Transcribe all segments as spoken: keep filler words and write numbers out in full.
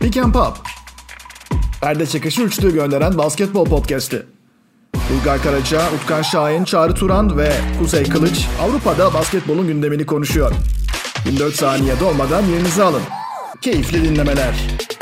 Pick and Pop. Perde çekişi üçlü gönderen basketbol podcast'i. Uygar Karaca, Utkan Şahin, Çağrı Turan ve Kuzey Kılıç Avrupa'da basketbolun gündemini konuşuyor. yirmi dört saniye dolmadan yerinizi alın. Keyifli dinlemeler.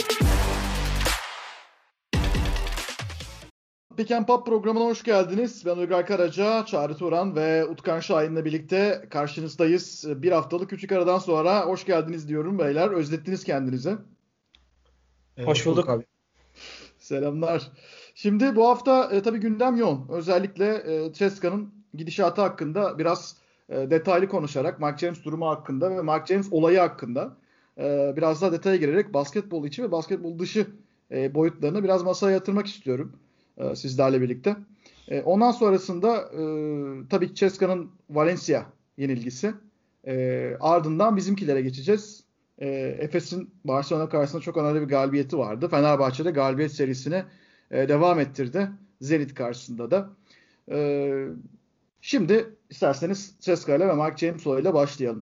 Pick and Pop programına hoş geldiniz. Ben Uygar Karaca, Çağrı Turan ve Utkan Şahin'le birlikte karşınızdayız. Bir haftalık küçük aradan sonra hoş geldiniz diyorum beyler. Özlettiniz kendinize. Hoş bulduk abi. Selamlar. Şimdi bu hafta e, tabii gündem yoğun. Özellikle e, Ceska'nın gidişatı hakkında biraz e, detaylı konuşarak, Mike James durumu hakkında ve Mike James olayı hakkında e, biraz daha detaya girerek basketbol içi ve basketbol dışı e, boyutlarını biraz masaya yatırmak istiyorum e, sizlerle birlikte. E, ondan sonrasında e, tabii Ceska'nın Valencia yenilgisi. E, ardından bizimkilere geçeceğiz. E, Efes'in Barcelona karşısında çok önemli bir galibiyeti vardı. Fenerbahçe'de galibiyet serisini e, devam ettirdi. Zenit karşısında da. E, şimdi isterseniz Ceska ile ve Mike James olayıyla başlayalım.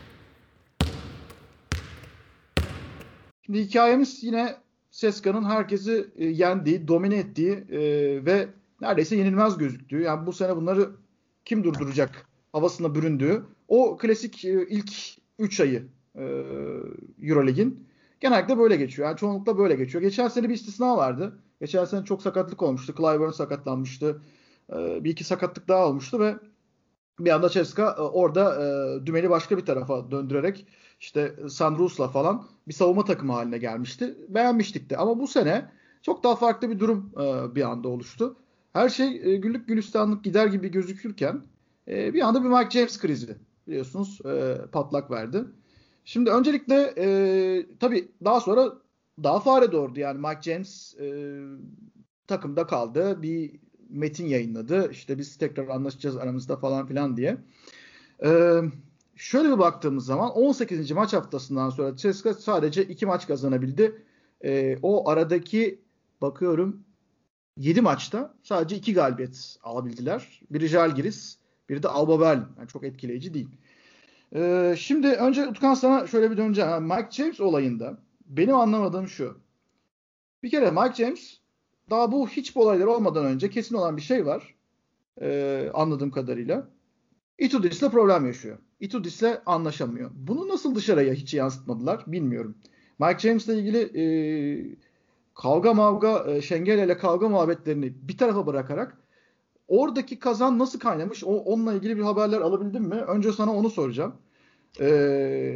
Şimdi hikayemiz yine Ceska'nın herkesi e, yendiği, domine ettiği e, ve neredeyse yenilmez gözüktüğü. Yani bu sene bunları kim durduracak havasına büründüğü o klasik e, ilk üç ayı Euroleague'in genellikle böyle geçiyor. Yani çoğunlukla böyle geçiyor. Geçen sene bir istisna vardı. Geçen sene çok sakatlık olmuştu. Clyburn sakatlanmıştı. Bir iki sakatlık daha olmuştu ve bir anda Ceska orada dümeni başka bir tarafa döndürerek işte Sandrus'la falan bir savunma takımı haline gelmişti. Beğenmiştik de. Ama bu sene çok daha farklı bir durum bir anda oluştu. Her şey güllük gülistanlık gider gibi gözükürken bir anda bir Mike James krizi biliyorsunuz patlak verdi. Şimdi öncelikle e, tabii daha sonra daha fare doğurdu. Yani Mike James e, takımda kaldı. Bir metin yayınladı. İşte biz tekrar anlaşacağız aramızda falan filan diye. E, şöyle bir baktığımız zaman on sekizinci maç haftasından sonra Ceska sadece iki maç kazanabildi. E, o aradaki bakıyorum yedi maçta sadece iki galibiyet alabildiler. Biri Žalgiris, biri de Alba Berlin. Yani çok etkileyici değil. Ee, şimdi önce Utkan sana şöyle bir döneceğim. Mike James olayında benim anlamadığım şu. Bir kere Mike James daha bu hiç bu olaylar olmadan önce kesin olan bir şey var. Ee, anladığım kadarıyla. Itudis'le problem yaşıyor. Itudis'le anlaşamıyor. Bunu nasıl dışarıya hiç yansıtmadılar bilmiyorum. Mike James'le ilgili e, kavga mavga, e, Şengeli kavga muhabbetlerini bir tarafa bırakarak oradaki kazan nasıl kaynamış? O, onunla ilgili bir haberler alabildin mi? Önce sana onu soracağım. Ee,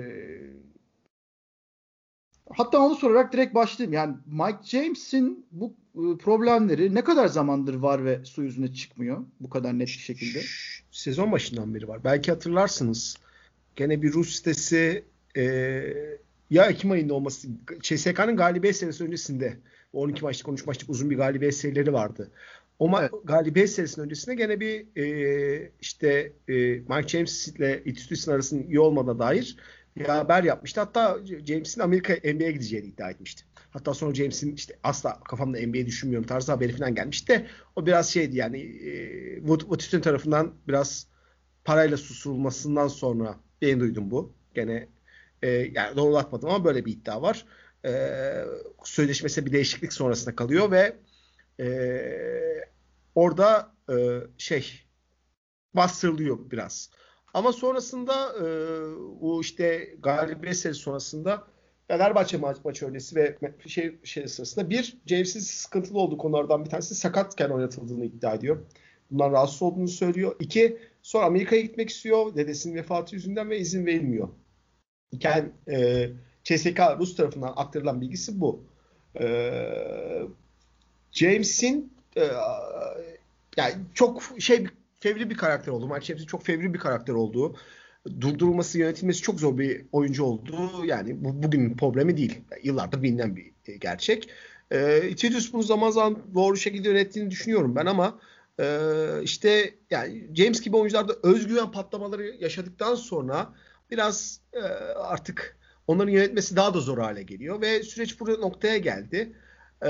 hatta onu sorarak direkt başlayayım. Yani Mike James'in bu e, problemleri ne kadar zamandır var ve su yüzüne çıkmıyor bu kadar net bir şekilde? Sezon başından beri var. Belki hatırlarsınız. Gene bir Rus sitesi e, ya Ekim ayında olması C S K'nın galibiyet serisi öncesinde on iki maçlık on üç maçlık uzun bir galibiyet serileri vardı. O ma- evet. Galibiyet serisinin öncesinde gene bir e, işte e, Mike James ile Itudis'in arasının iyi olmadığına dair bir haber yapmıştı. Hatta James'in Amerika N B A'ye gideceğini iddia etmişti. Hatta sonra James'in işte asla kafamda N B A düşünmüyorum tarzı haberi falan gelmişti de o biraz şeydi yani e, Wood tarafından biraz parayla susurulmasından sonra ben duydum bu. Gene e, yani doğrulatmadım ama böyle bir iddia var. E, sözleşmesi bir değişiklik sonrasında kalıyor ve Ee, orada e, şey bastırılıyor biraz. Ama sonrasında e, o işte galibiyet serisi sonrasında Fenerbahçe maç, maçı öncesi ve şey, şey sırasında bir James'in sıkıntılı olduğu konulardan bir tanesi sakatken oynatıldığını iddia ediyor. Bundan rahatsız olduğunu söylüyor. İki, sonra Amerika'ya gitmek istiyor. Dedesinin vefatı yüzünden ve izin verilmiyor. İken e, C S K Rus tarafından aktarılan bilgisi bu. Eee James'in e, yani çok şey fevri bir karakter olduğu, Mike James'in çok fevri bir karakter olduğu, durdurulması, yönetilmesi çok zor bir oyuncu olduğu yani bu bugünün problemi değil. Yani yıllardır bilinen bir gerçek. E, Itudis bunu zaman zaman doğru şekilde yönettiğini düşünüyorum ben ama e, işte yani James gibi oyuncularda özgüven patlamaları yaşadıktan sonra biraz e, artık onların yönetmesi daha da zor hale geliyor ve süreç bu noktaya geldi. Ee,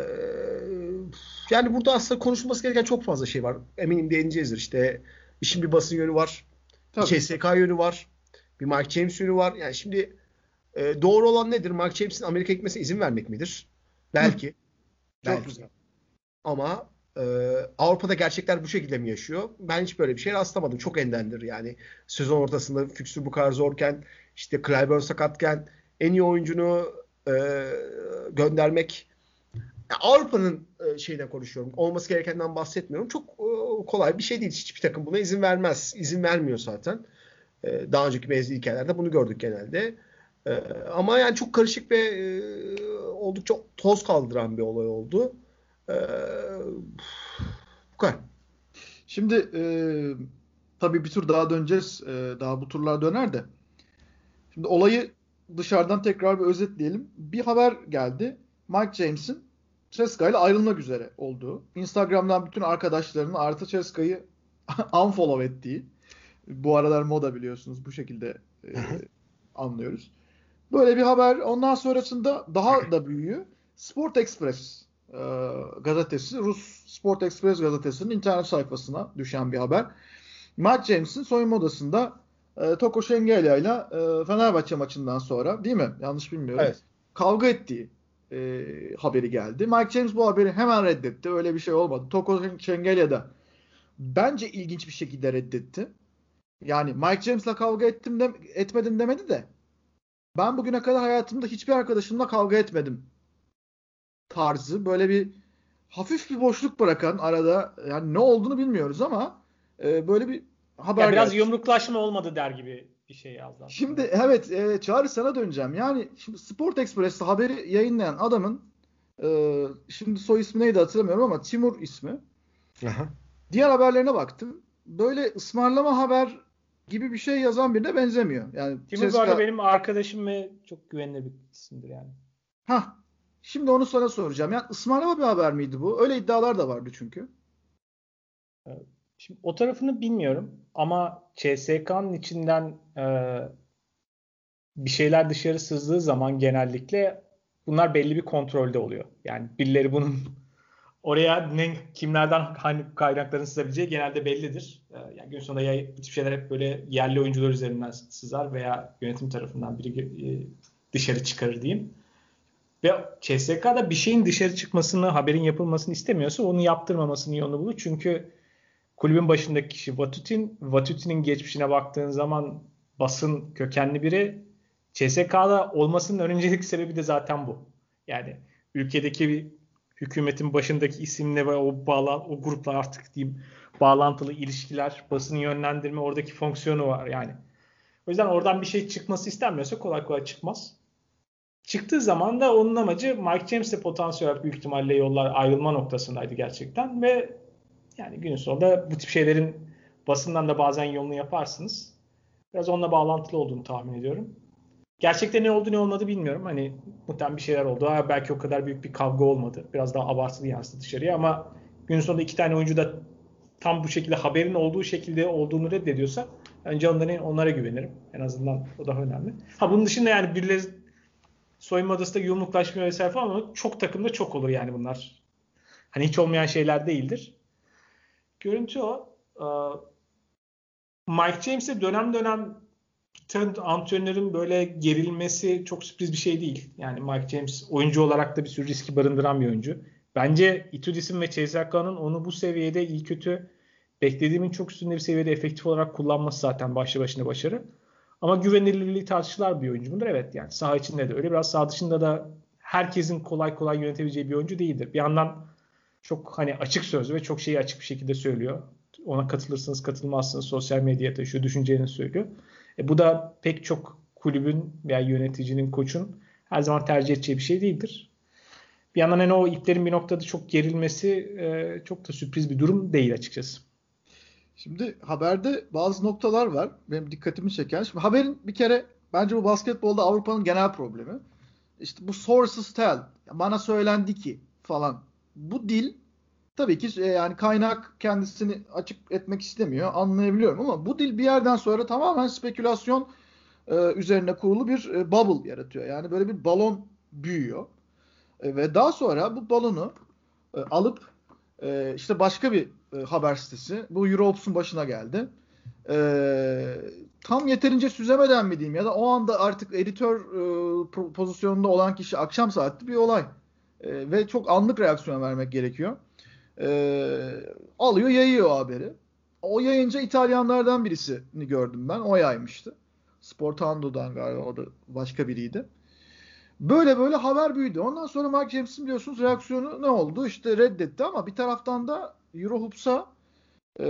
yani burada aslında konuşulması gereken çok fazla şey var. Eminim değineceğizdir. İşte işin bir basın yönü var. Tabii. Bir C S K yönü var. Bir Mike James yönü var. Yani şimdi E, doğru olan nedir? Mark James'in Amerika'ya gitmesine izin vermek midir? Belki. Çok Belki. güzel. Ama e, Avrupa'da gerçekler bu şekilde mi yaşıyor? Ben hiç böyle bir şey rastlamadım. Çok endendir yani. Sezon ortasında fikstür bu kadar zorken, işte Clyburn sakatken en iyi oyuncunu e, göndermek. Ya Avrupa'nın e, şeyine konuşuyorum. Olması gerekenden bahsetmiyorum. Çok e, kolay bir şey değil. Hiçbir takım buna izin vermez. İzin vermiyor zaten. E, daha önceki mevzi hikayelerde bunu gördük genelde. E, ama yani çok karışık ve e, oldukça toz kaldıran bir olay oldu. E, bu kadar. Şimdi e, tabii bir tur daha döneceğiz. E, daha bu turlar döner de. Şimdi olayı dışarıdan tekrar bir özetleyelim. Bir haber geldi. Mike James'in Ceska'yla ayrılmak üzere olduğu. Instagram'dan bütün arkadaşlarının artı Ceska'yı unfollow ettiği. Bu aralar moda biliyorsunuz. Bu şekilde e, anlıyoruz. Böyle bir haber. Ondan sonrasında daha da büyüğü Sport Express e, gazetesi, Rus Sport Express gazetesinin internet sayfasına düşen bir haber. Mike James'in soyunma odasında e, Toko Şengelya ile e, Fenerbahçe maçından sonra, değil mi? Yanlış bilmiyorum. Evet. Kavga ettiği e, haberi geldi. Mike James bu haberi hemen reddetti. Öyle bir şey olmadı. Toko Şengelya da bence ilginç bir şekilde reddetti. Yani Mike James'la kavga ettim de, etmedim demedi de ben bugüne kadar hayatımda hiçbir arkadaşımla kavga etmedim tarzı böyle bir hafif bir boşluk bırakan arada, yani ne olduğunu bilmiyoruz ama e, böyle bir haber ya biraz geldi. yumruklaşma olmadı der gibi bir şey yazdı. Şimdi evet e, Çağrı sana döneceğim. Yani şimdi Sport Express'te haberi yayınlayan adamın e, şimdi soy ismi neydi hatırlamıyorum ama Timur ismi. Aha. Diğer haberlerine baktım. Böyle ısmarlama haber gibi bir şey yazan birine benzemiyor. Yani Timur bu Ceska... arada benim arkadaşım ve çok güvenilir bir isimdir yani. Hah. Şimdi onu sana soracağım. Yani ısmarlama bir haber miydi bu? Öyle iddialar da vardı çünkü. Şimdi o tarafını bilmiyorum ama C S K'nın içinden e, bir şeyler dışarı sızdığı zaman genellikle bunlar belli bir kontrolde oluyor. Yani birileri bunun oraya ne, kimlerden hangi kaynakların sızabileceği genelde bellidir. E, yani gün sonunda ya, bu tip şeyler hep böyle yerli oyuncular üzerinden sızar veya yönetim tarafından biri e, dışarı çıkarır diyeyim. Ve C S K'da bir şeyin dışarı çıkmasını, haberin yapılmasını istemiyorsa onu yaptırmamasının yolunu bulur. Çünkü kulübün başındaki kişi Vatutin. Vatutin'in geçmişine baktığın zaman basın kökenli biri. C S K'da olmasının öncelik sebebi de zaten bu. Yani ülkedeki bir hükümetin başındaki isimle ve o bağlan o grupla artık diyeyim bağlantılı ilişkiler, basını yönlendirme oradaki fonksiyonu var yani. O yüzden oradan bir şey çıkması istenmiyorsa kolay kolay çıkmaz. Çıktığı zaman da onun amacı Mike James'le potansiyel olarak büyük ihtimalle yollar ayrılma noktasındaydı gerçekten ve yani günün sonunda bu tip şeylerin basından da bazen yolunu yaparsınız. Biraz onunla bağlantılı olduğunu tahmin ediyorum. Gerçekte ne oldu ne olmadı bilmiyorum. Hani muhtemelen bir şeyler oldu. Ha, belki o kadar büyük bir kavga olmadı. Biraz daha abartılı yansıdı dışarıya ama günün sonunda iki tane oyuncu da tam bu şekilde haberin olduğu şekilde olduğunu reddediyorsa önce onlara, onlara güvenirim. En azından o daha önemli. Ha bunun dışında yani birileri soyunma odasında yumruklaşma vesaire falan ama çok takımda çok olur yani bunlar. Hani hiç olmayan şeyler değildir. Görüntü o. Mike James'e dönem dönem antrenörün böyle gerilmesi çok sürpriz bir şey değil. Yani Mike James oyuncu olarak da bir sürü riski barındıran bir oyuncu. Bence Itudis'in ve C S K'nın onu bu seviyede iyi kötü beklediğimin çok üstünde bir seviyede efektif olarak kullanması zaten başlı başına başarı. Ama güvenilirliği tartışılar bir oyuncu mudur? Evet yani saha içinde de öyle. Biraz saha dışında da herkesin kolay kolay yönetebileceği bir oyuncu değildir. Bir yandan çok hani açık sözlü ve çok şeyi açık bir şekilde söylüyor. Ona katılırsınız katılmazsınız sosyal medyada şu düşüncelerini söylüyor. E, bu da pek çok kulübün veya yöneticinin, koçun her zaman tercih edeceği bir şey değildir. Bir yandan hani o iplerin bir noktada çok gerilmesi e, çok da sürpriz bir durum değil açıkçası. Şimdi haberde bazı noktalar var. Benim dikkatimi çeken. Şimdi haberin bir kere bence bu basketbolda Avrupa'nın genel problemi. İşte bu sources tell. Bana söylendi ki falan. Bu dil tabii ki yani kaynak kendisini açık etmek istemiyor. Anlayabiliyorum ama bu dil bir yerden sonra tamamen spekülasyon e, üzerine kurulu bir e, bubble yaratıyor. Yani böyle bir balon büyüyor. E, ve daha sonra bu balonu e, alıp e, işte başka bir e, haber sitesi bu Europes'un başına geldi. Ee, tam yeterince süzemeden mi diyeyim ya da o anda artık editör e, pozisyonunda olan kişi akşam saatli bir olay. E, ve çok anlık reaksiyon vermek gerekiyor. E, alıyor yayıyor o haberi. O yayınca İtalyanlardan birisini gördüm ben. O yaymıştı. Sportando'dan galiba, o da başka biriydi. Böyle böyle haber büyüdü. Ondan sonra Mark James'in biliyorsunuz reaksiyonu ne oldu? İşte reddetti ama bir taraftan da Eurohoops'a e,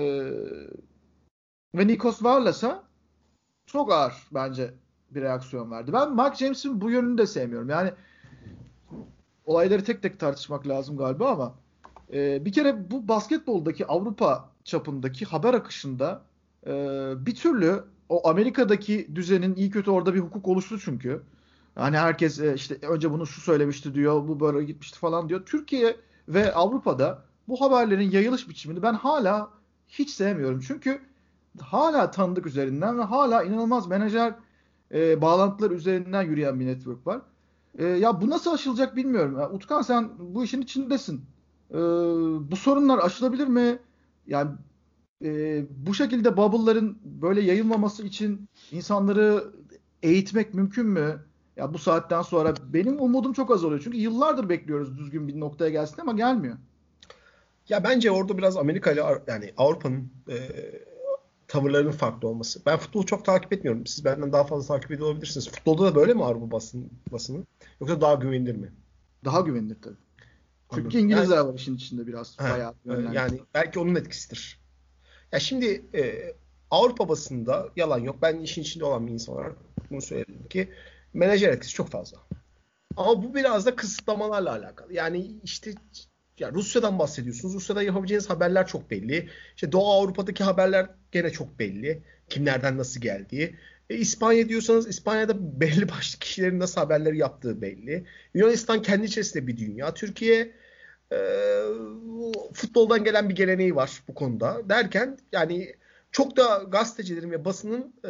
ve Nikos Varlas'a çok ağır bence bir reaksiyon verdi. Ben Mark James'in bu yönünü de sevmiyorum. Yani olayları tek tek tartışmak lazım galiba ama e, bir kere bu basketboldaki Avrupa çapındaki haber akışında e, bir türlü o Amerika'daki düzenin iyi kötü orada bir hukuk oluştu çünkü. Hani herkes e, işte önce bunu şu söylemişti diyor, bu böyle gitmişti falan diyor. Türkiye ve Avrupa'da bu haberlerin yayılış biçimini ben hala hiç sevmiyorum. Çünkü hala tanıdık üzerinden ve hala inanılmaz menajer e, bağlantılar üzerinden yürüyen bir network var. E, ya bu nasıl aşılacak bilmiyorum. Ya, Utkan sen bu işin içindesin. E, bu sorunlar aşılabilir mi? Yani e, bu şekilde bubble'ların böyle yayılmaması için insanları eğitmek mümkün mü? Ya bu saatten sonra benim umudum çok az oluyor. Çünkü yıllardır bekliyoruz düzgün bir noktaya gelsin ama gelmiyor. Ya bence orada biraz Amerika ile yani Avrupa'nın e, tavırlarının farklı olması. Ben futbolu çok takip etmiyorum. Siz benden daha fazla takip ediyor olabilirsiniz. Futbolda da böyle mi Avrupa basın, basını? Yoksa daha güvenilir mi? Daha güvenilir tabii. Anladım. Çünkü İngilizler yani, var işin içinde biraz. He, Bayağı yönlendirme. yani belki onun etkisidir. Ya şimdi e, Avrupa basında yalan yok. Ben işin içinde olan bir insan olarak bunu söyledim ki menajer etkisi çok fazla. Ama bu biraz da kısıtlamalarla alakalı. Yani işte ya Rusya'dan bahsediyorsunuz. Rusya'da yapabileceğiniz haberler çok belli. İşte Doğu Avrupa'daki haberler gene çok belli. Kimlerden nasıl geldiği. E, İspanya diyorsanız İspanya'da belli başlı kişilerin nasıl haberleri yaptığı belli. Yunanistan kendi içerisinde bir dünya. Türkiye e, futboldan gelen bir geleneği var bu konuda. Derken yani çok da gazetecilerin ve basının e,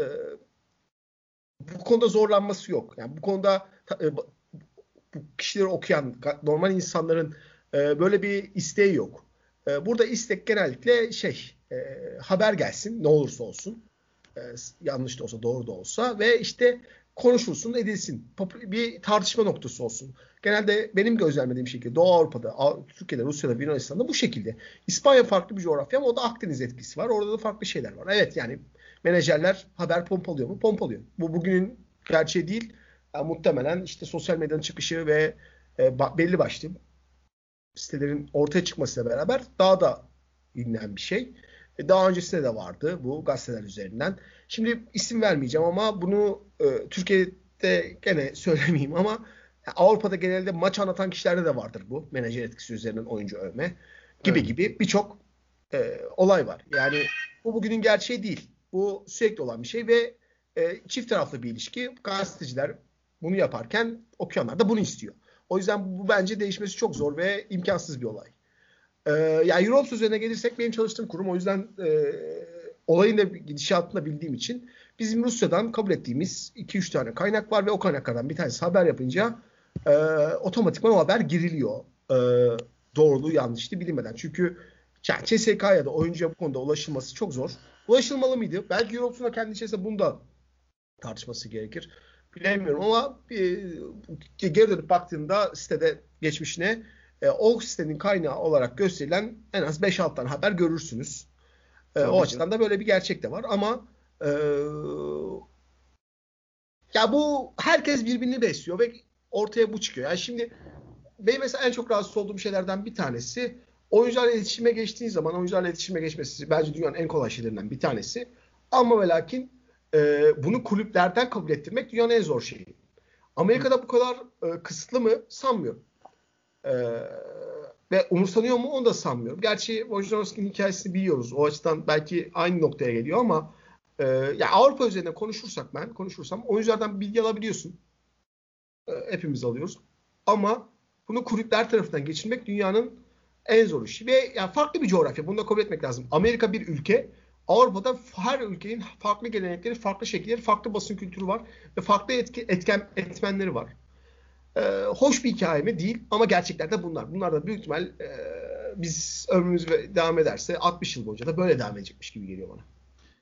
bu konuda zorlanması yok. Yani bu konuda e, bu kişileri okuyan normal insanların e, böyle bir isteği yok. E, burada istek genellikle şey e, haber gelsin ne olursa olsun. E, yanlış da olsa doğru da olsa ve işte konuşulsun edilsin. Bir tartışma noktası olsun. Genelde benim gözlemlediğim şekilde Doğu Avrupa'da, Türkiye'de, Rusya'da, Yunanistan'da bu şekilde. İspanya farklı bir coğrafya ama o da Akdeniz etkisi var. Orada da farklı şeyler var. Evet yani menajerler haber pompalıyor mu? Pompalıyor. Bu bugünün gerçeği değil. Yani muhtemelen işte sosyal medyanın çıkışı ve e, belli başlı sitelerin ortaya çıkmasıyla beraber daha da bilinen bir şey. E, daha öncesinde de vardı bu gazeteler üzerinden. Şimdi isim vermeyeceğim ama bunu e, Türkiye'de gene söylemeyeyim ama yani Avrupa'da genelde maç anlatan kişilerde de vardır bu. Menajer etkisi üzerinden oyuncu övme gibi evet. gibi birçok e, olay var. Yani bu bugünün gerçeği değil. Bu sürekli olan bir şey ve e, çift taraflı bir ilişki. Gazeteciler bunu yaparken okuyanlar da bunu istiyor. O yüzden bu bence değişmesi çok zor ve imkansız bir olay. Ee, yani Europe üzerine gelirsek benim çalıştığım kurum o yüzden e, olayın da gidişatını da bildiğim için bizim Rusya'dan kabul ettiğimiz iki üç tane kaynak var ve o kaynaklardan bir tanesi haber yapınca e, otomatikman o haber giriliyor. E, doğruluğu yanlışlığı bilinmeden. Çünkü yani C S K'ya da oyuncuya bu konuda ulaşılması çok zor. Ulaşılmalı mıydı? Belki Europe'un da kendi içerisinde bunu da tartışması gerekir. Bilemiyorum ama e, geri dönüp baktığımda sitede geçmişine e, o sitenin kaynağı olarak gösterilen en az beş altı tane haber görürsünüz. E, o açıdan da böyle bir gerçek de var ama e, ya bu herkes birbirini besliyor ve ortaya bu çıkıyor. Yani şimdi benim mesela en çok rahatsız olduğum şeylerden bir tanesi oyuncularla iletişime geçtiği zaman oyuncularla iletişime geçmesi bence dünyanın en kolay şeylerinden bir tanesi. Ama ve lakin e, bunu kulüplerden kabul ettirmek dünyanın en zor şeyi. Amerika'da bu kadar e, kısıtlı mı sanmıyorum. E, ve umursanıyor mu onu da sanmıyorum. Gerçi Wojnarowski'nin hikayesini biliyoruz. O açıdan belki aynı noktaya geliyor ama e, ya Avrupa üzerine konuşursak ben konuşursam oyunculardan bilgi alabiliyorsun. E, hepimiz alıyoruz. Ama bunu kulüpler tarafından geçirmek dünyanın en zor işi. Ve yani farklı bir coğrafya. Bunu da kabul etmek lazım. Amerika bir ülke. Avrupa'da her ülkenin farklı gelenekleri, farklı şekilleri, farklı basın kültürü var. Ve farklı etki, etken, etmenleri var. Ee, hoş bir hikaye mi? Değil. Ama gerçekler de bunlar. Bunlar da büyük ihtimal e, biz ömrümüz devam ederse altmış yıl boyunca da böyle devam edecekmiş gibi geliyor bana.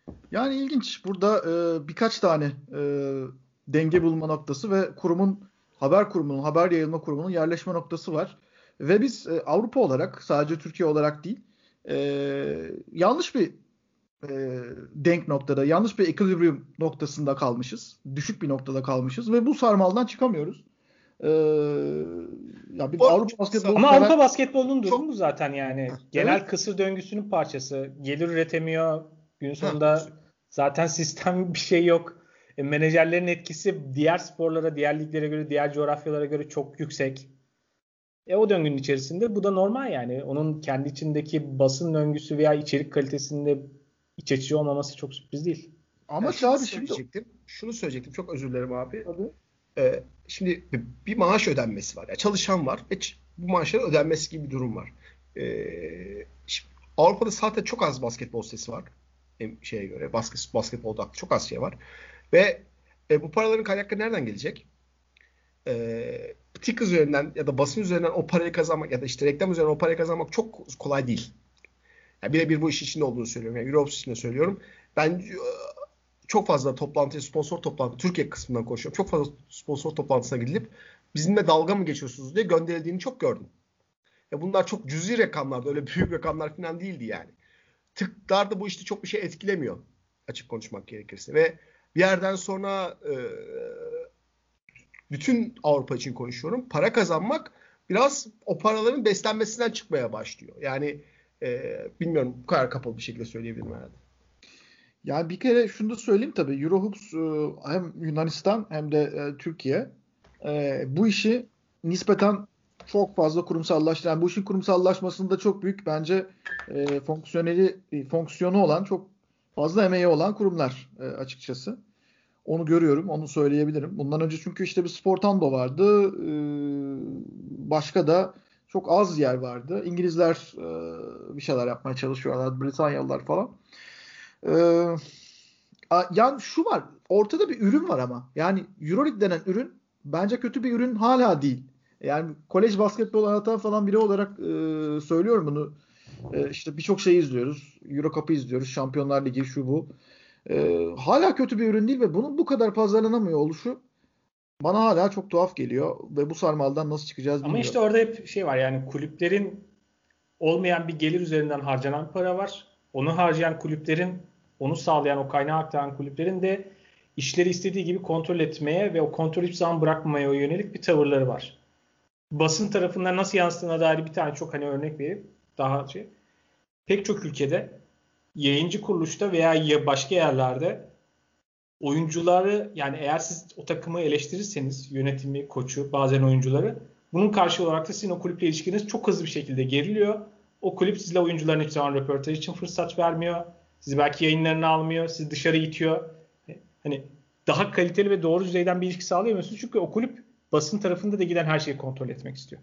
Yani ilginç. Burada e, birkaç tane e, denge bulma noktası ve kurumun, haber kurumunun, haber yayılma kurumunun yerleşme noktası var. Ve biz e, Avrupa olarak, sadece Türkiye olarak değil, e, yanlış bir e, denk noktada, yanlış bir equilibrium noktasında kalmışız. Düşük bir noktada kalmışız ve bu sarmaldan çıkamıyoruz. E, ya bir Bu arada Avrupa çok kısa- basketbolu Ama sever. Avrupa basketbolunun durumu Çok- bu zaten yani. Genel Evet. kısır döngüsünün parçası. Gelir üretemiyor. Gün Ha, sonunda zaten sistem bir şey yok. E, menajerlerin etkisi diğer sporlara, diğer liglere göre, diğer coğrafyalara göre çok yüksek. E o döngünün içerisinde bu da normal yani. Onun kendi içindeki basın döngüsü veya içerik kalitesinde iç açıcı olmaması çok sürpriz değil. Ama Ya şunu Çağrı şimdi söyleyecektim. Şunu söyleyecektim. Çok özür dilerim abi. Tabii. Ee, şimdi bir maaş ödenmesi var. Yani çalışan var ve ç- bu maaşların ödenmesi gibi bir durum var. Ee, şimdi Avrupa'da zaten çok az basketbol sitesi var. Hem şeye göre basket, basketbol odaklı çok az şey var. Ve e, bu paraların kaynakları nereden gelecek? Ee, tick üzerinden ya da basın üzerinden o parayı kazanmak ya da işte reklam üzerinden o parayı kazanmak çok kolay değil. Yani birebir bu iş içinde olduğunu söylüyorum. Yani Europe için de söylüyorum. Ben e, çok fazla toplantıya, sponsor toplantı, Türkiye kısmından konuşuyorum. Çok fazla sponsor toplantısına gidilip bizimle dalga mı geçiyorsunuz diye gönderildiğini çok gördüm. Ya bunlar çok cüzi rakamlardı. Öyle büyük rakamlar falan değildi yani. Tıklar da bu işte çok bir şey etkilemiyor. Açık konuşmak gerekirse. Ve bir yerden sonra e, bütün Avrupa için konuşuyorum. Para kazanmak biraz o paraların beslenmesinden çıkmaya başlıyor. Yani e, bilmiyorum bu kadar kapalı bir şekilde söyleyebilirim herhalde. Yani bir kere şunu da söyleyeyim tabii. Eurohoops e, hem Yunanistan hem de e, Türkiye e, bu işi nispeten çok fazla kurumsallaştıran, bu işin kurumsallaşmasında çok büyük bence e, fonksiyoneli e, fonksiyonu olan, çok fazla emeği olan kurumlar e, açıkçası. Onu görüyorum, onu söyleyebilirim. Bundan önce çünkü işte bir Sportando vardı. e, başka da çok az yer vardı. İngilizler e, bir şeyler yapmaya çalışıyorlar, Britanyalılar falan. Ee, Yani şu var. Ortada bir ürün var ama. Yani Euroleague denen ürün bence kötü bir ürün hala değil. Yani kolej basketbol anlatan falan biri olarak e, söylüyorum bunu. E, işte birçok şey izliyoruz. Euro Cup'ı izliyoruz. Şampiyonlar Ligi şu bu. E, hala kötü bir ürün değil ve bunun bu kadar pazarlanamıyor oluşu bana hala çok tuhaf geliyor ve bu sarmaldan nasıl çıkacağız Ama işte bilmiyorum. orada hep şey var yani kulüplerin olmayan bir gelir üzerinden harcanan para var. Onu harcayan kulüplerin, onu sağlayan, o kaynağı aktaran kulüplerin de işleri istediği gibi kontrol etmeye ve o kontrol hiçbir zaman bırakmamaya yönelik bir tavırları var. Basın tarafından nasıl yansıdığına dair bir tane çok hani örnek vereyim. Daha şey. Pek çok ülkede yayıncı kuruluşta veya başka yerlerde oyuncuları yani eğer siz o takımı eleştirirseniz yönetimi, koçu, bazen oyuncuları bunun karşı olarak da sizin o kulüple ilişkiniz çok hızlı bir şekilde geriliyor. O kulüp sizle oyuncuların hiçbir zaman röportaj için fırsat vermiyor. Sizi belki yayınlarını almıyor. Sizi dışarı itiyor. Hani daha kaliteli ve doğru düzeyden bir ilişki sağlayamıyorsunuz. Çünkü o kulüp basın tarafında da giden her şeyi kontrol etmek istiyor.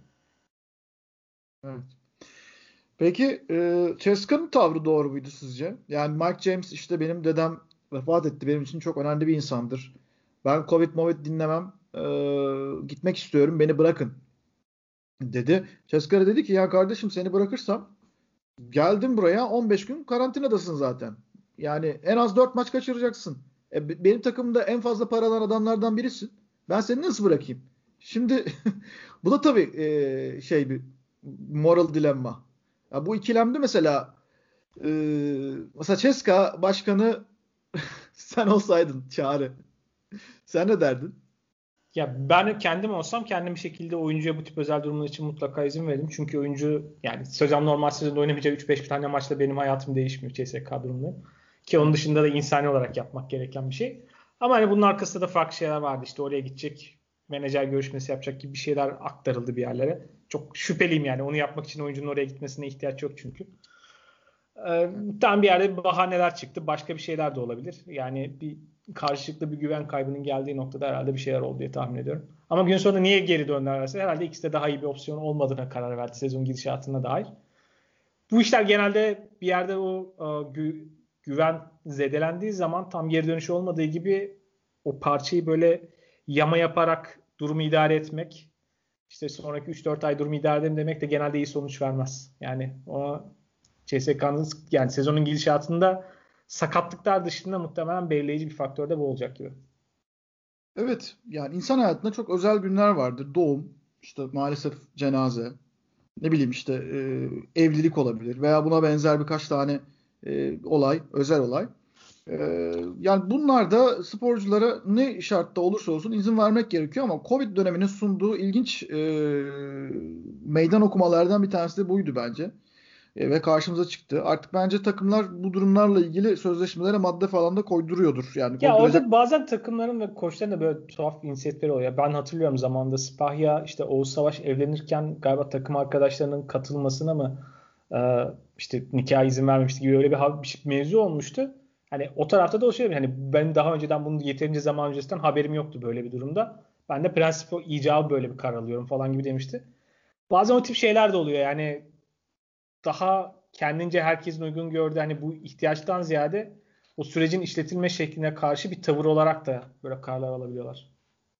Evet. Peki e, Ceska'nın tavrı doğru muydu sizce? Yani Mike James işte benim dedem vefat etti. Benim için çok önemli bir insandır. Ben Covid Movid dinlemem. E, gitmek istiyorum. Beni bırakın dedi. Ceska da dedi ki ya kardeşim seni bırakırsam geldim buraya on beş gün karantinadasın zaten. Yani en az dört maç kaçıracaksın. E, be- benim takımda en fazla para alan adamlardan birisin. Ben seni nasıl bırakayım? Şimdi bu da tabii e, şey bir moral dilemma. Ya bu ikilemde mesela e, mesela Ceska başkanı sen olsaydın Çağrı. Sen ne derdin? Ya ben kendim olsam kendim bir şekilde oyuncuya bu tip özel durumlar için mutlaka izin veririm. Çünkü oyuncu yani sezon normal sezonda oynamayacağı üç beş tane maçla benim hayatım değişmiyor C S K durumunda. Ki onun dışında da insani olarak yapmak gereken bir şey. Ama hani bunun arkasında da farklı şeyler vardı. İşte oraya gidecek, menajer görüşmesi yapacak gibi bir şeyler aktarıldı bir yerlere. Çok şüpheliyim yani. Onu yapmak için oyuncunun oraya gitmesine ihtiyaç yok çünkü. Ee, tam bir yerde bahaneler çıktı. Başka bir şeyler de olabilir. Yani bir karşılıklı bir güven kaybının geldiği noktada herhalde bir şeyler oldu diye tahmin ediyorum. Ama gün sonunda niye geri döndülerse herhalde ikisi de daha iyi bir opsiyon olmadığına karar verdi sezon gidişatına dair. Bu işler genelde bir yerde o e, gü- güven zedelendiği zaman tam geri dönüş olmadığı gibi o parçayı böyle yama yaparak durumu idare etmek işte sonraki üç dört ay durumu idare edelim demek de genelde iyi sonuç vermez. Yani o C S K'nın yani sezonun gidişatında sakatlıklar dışında muhtemelen belirleyici bir faktör de bu olacak gibi. Evet, yani insan hayatında çok özel günler vardır. Doğum, işte maalesef cenaze, ne bileyim işte e, evlilik olabilir veya buna benzer birkaç tane e, olay, özel olay. E, Yani bunlar da sporculara ne şartta olursa olsun izin vermek gerekiyor ama Covid döneminin sunduğu ilginç e, meydan okumalardan bir tanesi de buydu bence. E, ve karşımıza çıktı. Artık bence takımlar bu durumlarla ilgili sözleşmelere madde falan da koydurıyordur. Yani Ya koyduracak. orada bazen takımların ve koçların da böyle tuhaf inisiyatifleri oluyor. Ben hatırlıyorum zamanında Spahya işte Oğuz Savaş evlenirken galiba takım arkadaşlarının katılmasına mı e, işte nikah izin vermemişti gibi öyle bir, ha- bir şey- mevzu olmuştu. Hani o tarafta da o şey hani ben daha önceden bunun yeterince zaman öncesinden haberim yoktu böyle bir durumda. Ben de prensip icabı böyle bir karar alıyorum falan gibi demişti. Bazen o tip şeyler de oluyor. Yani daha kendince herkesin uygun gördüğü hani bu ihtiyaçtan ziyade o sürecin işletilme şekline karşı bir tavır olarak da böyle kararlar alabiliyorlar.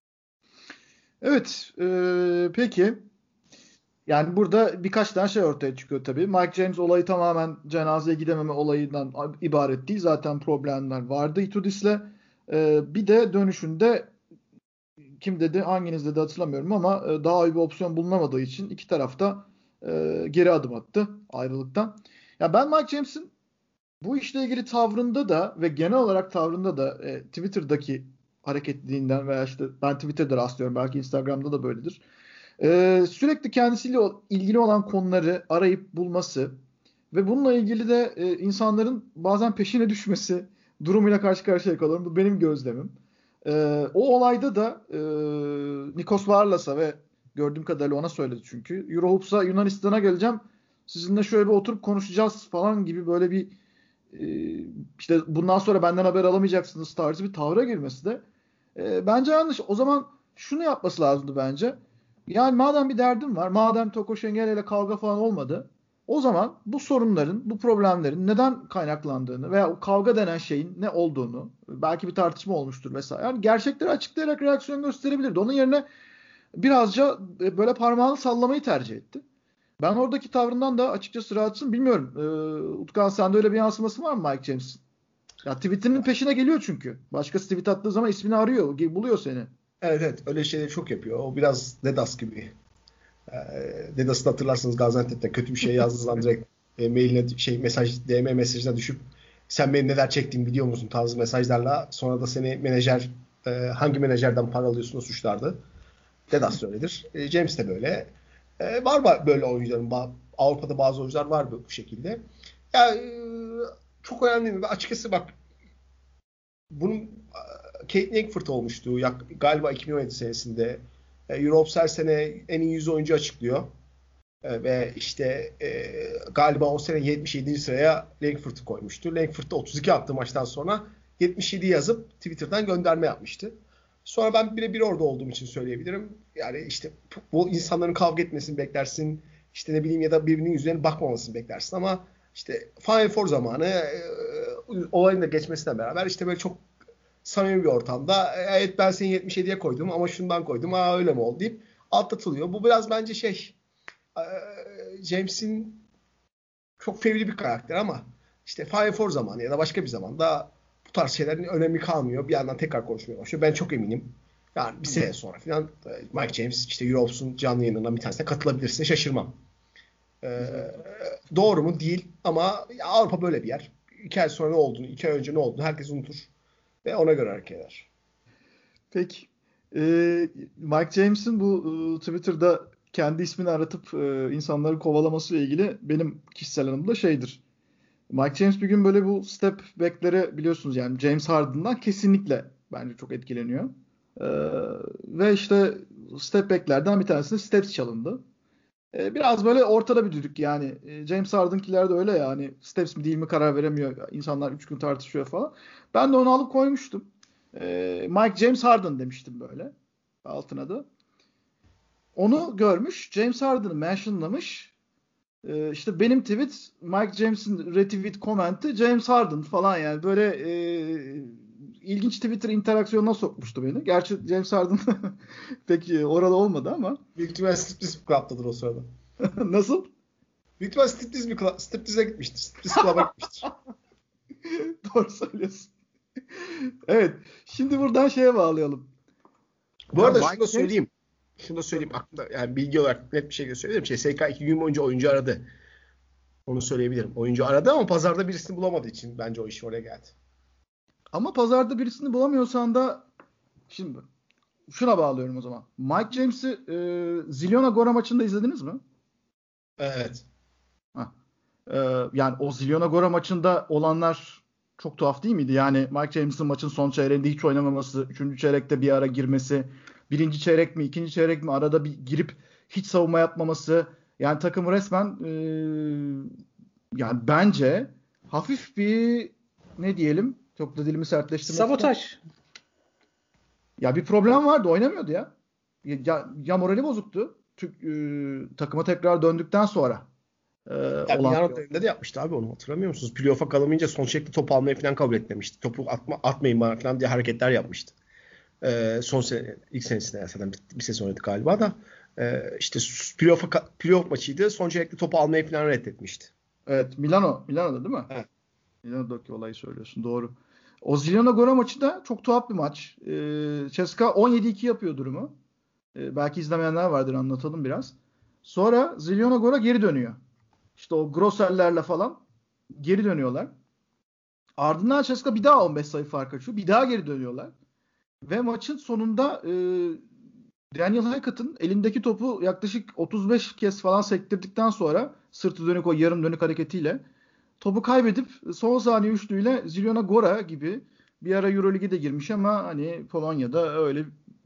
Evet, e, peki. Yani burada birkaç tane şey ortaya çıkıyor tabii. Mike James olayı tamamen cenazeye gidememe olayından ibaret değil. Zaten problemler vardı Itudis'le. E, bir de dönüşünde kim dedi, hanginiz dedi hatırlamıyorum ama e, daha iyi bir opsiyon bulunamadığı için iki tarafta e, geri adım attı ayrılıktan. Ya ben Mike James'in bu işle ilgili tavrında da ve genel olarak tavrında da e, Twitter'daki hareketliliğinden veya işte ben Twitter'da rastlıyorum, belki Instagram'da da böyledir. E, sürekli kendisiyle ilgili olan konuları arayıp bulması ve bununla ilgili de e, insanların bazen peşine düşmesi durumuyla karşı karşıya kalıyorum. Bu benim gözlemim. E, o olayda da e, Nikos Varlas'a ve gördüğüm kadarıyla ona söyledi çünkü. Eurohoops'a Yunanistan'a geleceğim. Sizinle şöyle bir oturup konuşacağız falan gibi böyle bir e, işte bundan sonra benden haber alamayacaksınız tarzı bir tavra girmesi de e, bence yanlış. O zaman şunu yapması lazımdı bence. Yani madem bir derdim var, madem Toko Şengel ile kavga falan olmadı, o zaman bu sorunların, bu problemlerin neden kaynaklandığını veya o kavga denen şeyin ne olduğunu, belki bir tartışma olmuştur vesaire. Yani gerçekleri açıklayarak reaksiyon gösterebilirdi. Onun yerine birazca e, böyle parmağını sallamayı tercih etti. Ben oradaki tavrından da açıkçası rahatsızım. Bilmiyorum. Ee, Utkan, sende öyle bir yansıması var mı Mike James'in? Ya tweetinin peşine geliyor çünkü. Başkası tweet attığı zaman ismini arıyor. Buluyor seni. Evet evet, öyle şeyleri çok yapıyor. O biraz Dedas gibi. Ee, Dedas'ı hatırlarsınız, Gaziantep'te kötü bir şey yazdığı zaman direkt e, mailine şey mesaj D M mesajına düşüp sen benim neler çektiğimi biliyor musun tarzı mesajlarla sonra da seni menajer e, hangi menajerden para alıyorsun suçlardı. Dedas da öyledir. E, James de böyle. E, var böyle oyuncuların. Avrupa'da bazı oyuncular var bu şekilde. Ya e, çok önemli mi? Açıkçası bak bunun Kate Langford olmuştu. Yak, galiba iki bin on yedi senesinde. E, Europe her sene en iyi yüz oyuncu açıklıyor. E, ve işte e, galiba o sene yetmiş yedinci sıraya Langford'u koymuştu. Langford da otuz iki attığı maçtan sonra yetmiş yedi yazıp Twitter'dan gönderme yapmıştı. Sonra ben birebir orada olduğum için söyleyebilirim. Yani işte bu insanların kavga etmesini beklersin. İşte ne bileyim ya da birbirinin yüzlerine bakmamasını beklersin ama işte Final Four zamanı e, olayın da geçmesiyle beraber işte böyle çok samimi bir ortamda evet ben seni yetmiş yediye koydum ama şundan koydum aa öyle mi oldu deyip atlatılıyor. Bu biraz bence şey e, James'in çok fevri bir karakter ama işte Final Four zamanı ya da başka bir zamanda bu tarz şeylerin önemi kalmıyor. Bir yandan tekrar konuşmaya başlıyor. Ben çok eminim. Yani bir sene sonra falan Mike James işte Europe'sun canlı yayınlarından bir tanesine katılabilirse şaşırmam. Ee, doğru mu? Değil. Ama Avrupa böyle bir yer. İki ay sonra ne olduğunu, iki ay önce ne olduğunu herkes unutur. Ve ona göre hareket eder. Peki. Ee, Mike James'in bu e, Twitter'da kendi ismini aratıp e, insanları kovalaması ile ilgili benim kişisel anım da şeydir. Mike James bir gün böyle bu step back'lere biliyorsunuz yani James Harden'dan kesinlikle bence çok etkileniyor. Ee, ve işte step back'lerden bir tanesinde steps çalındı. Ee, biraz böyle ortada bir düdük yani. Ee, James Harden'kiler de öyle ya hani steps mi değil mi karar veremiyor. İnsanlar üç gün tartışıyor falan. Ben de onu alıp koymuştum. Ee, Mike James Harden demiştim böyle altına da. Onu görmüş. James Harden'ı mentionlamış. Ee, işte benim tweet Mike James'in retweet komenti James Harden falan yani böyle e, ilginç Twitter interaksiyonuna sokmuştu beni. Gerçi James Harden pek orada olmadı ama. Büyük ihtimalle Striptease Club'dadır o sırada. Nasıl? Büyük ihtimalle Striptease bir club, Striptease'e gitmiştir. Striptease Club'a gitmiştir. Doğru söylüyorsun. Evet. Şimdi buradan şeye bağlayalım. Bu Ya arada Mike şunu da James- söyleyeyim. Şunu da söyleyeyim aklımda, yani bilgi olarak net bir şekilde söyleyeyim. C S K iki gün boyunca oyuncu aradı. Onu söyleyebilirim. Oyuncu aradı ama pazarda birisini bulamadığı için bence o iş oraya geldi. Ama pazarda birisini bulamıyorsan da şimdi şuna bağlıyorum o zaman. Mike James'i e, Zilyona Gora maçında izlediniz mi? Evet. Ha. E, yani o Zilyona Gora maçında olanlar çok tuhaf değil miydi? Yani Mike James'in maçın son çeyreğinde hiç oynamaması, üçüncü çeyrekte bir ara girmesi, birinci çeyrek mi, ikinci çeyrek mi arada bir girip hiç savunma yapmaması. Yani takım resmen e, yani bence hafif bir ne diyelim, çok da dilimi sertleştirmek Sabotaj. Ya bir problem vardı, oynamıyordu ya. Ya, ya morali bozuktu. Türk, e, takıma tekrar döndükten sonra e, Ya olan Milano döneminde de yapmıştı abi, onu hatırlamıyor musunuz? Playoff'a kalamayınca son çeyrekte top almayı falan kabul etmemişti. Topu atma, atmayın bana falan diye hareketler yapmıştı. Ee, son sene, ilk senesinde zaten bir, bir sezon oynadı galiba da e, işte playoff'a, playoff maçıydı. Son çeyrekte topu almayı falan reddetmişti. Evet, Milano, Milano'da değil mi? Evet. Milano'daki olayı söylüyorsun, doğru. O Zilyona Gora maçı da çok tuhaf bir maç. E, C S K on yedi iki yapıyor durumu. E, belki izlemeyenler vardır, anlatalım biraz. Sonra Zilyona Gora geri dönüyor. İşte o Grossel'lerle falan geri dönüyorlar. Ardından C S K bir daha on beş sayı fark açıyor. Bir daha geri dönüyorlar. Ve maçın sonunda e, Daniel Hackett'ın elindeki topu yaklaşık otuz beş kez falan sektirdikten sonra sırtı dönük o yarım dönük hareketiyle topu kaybedip son saniye üçlüyle Zilyona Gora gibi, bir ara Euroleague'e de girmiş ama hani Polonya'da öyle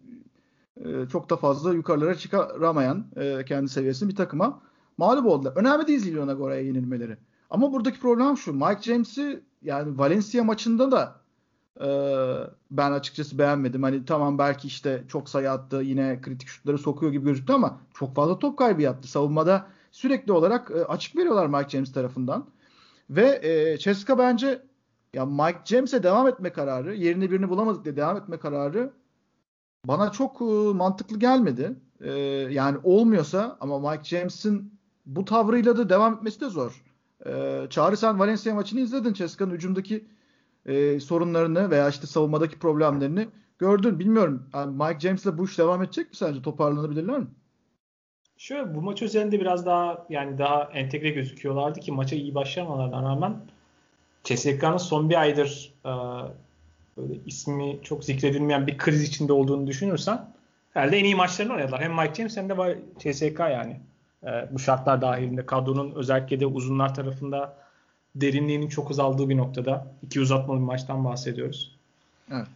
e, çok da fazla yukarılara çıkaramayan e, kendi seviyesinde bir takıma mağlup oldular. Önemli değil Zilyona Gora'ya yenilmeleri. Ama buradaki problem şu: Mike James'i yani Valencia maçında da Ee, ben açıkçası beğenmedim. Hani tamam, belki işte çok sayı attı, yine kritik şutları sokuyor gibi gözüktü ama çok fazla top kaybı yaptı. Savunmada sürekli olarak e, açık veriyorlar Mike James tarafından. Ve e, C S K bence ya Mike James'e devam etme kararı, yerine birini bulamadık diye devam etme kararı bana çok e, mantıklı gelmedi. E, yani olmuyorsa, ama Mike James'in bu tavrıyla da devam etmesi de zor. E, Çağrı, sen Valencia maçını izledin. C S K'nın hücumdaki e, sorunlarını veya işte savunmadaki problemlerini gördün. Bilmiyorum. Yani Mike James'le bu iş devam edecek mi sence? Toparlanabilirler mi? Şöyle, bu maç üzerinde biraz daha yani daha entegre gözüküyorlardı ki maça iyi başlamalarına rağmen C S K'nın son bir aydır e, böyle ismi çok zikredilmeyen bir kriz içinde olduğunu düşünürsen herhalde en iyi maçlarını oynadılar. Hem Mike James hem de C S K yani. E, bu şartlar dahilinde kadronun özellikle de uzunlar tarafında derinliğinin çok azaldığı bir noktada. İki uzatmalı bir maçtan bahsediyoruz. Evet.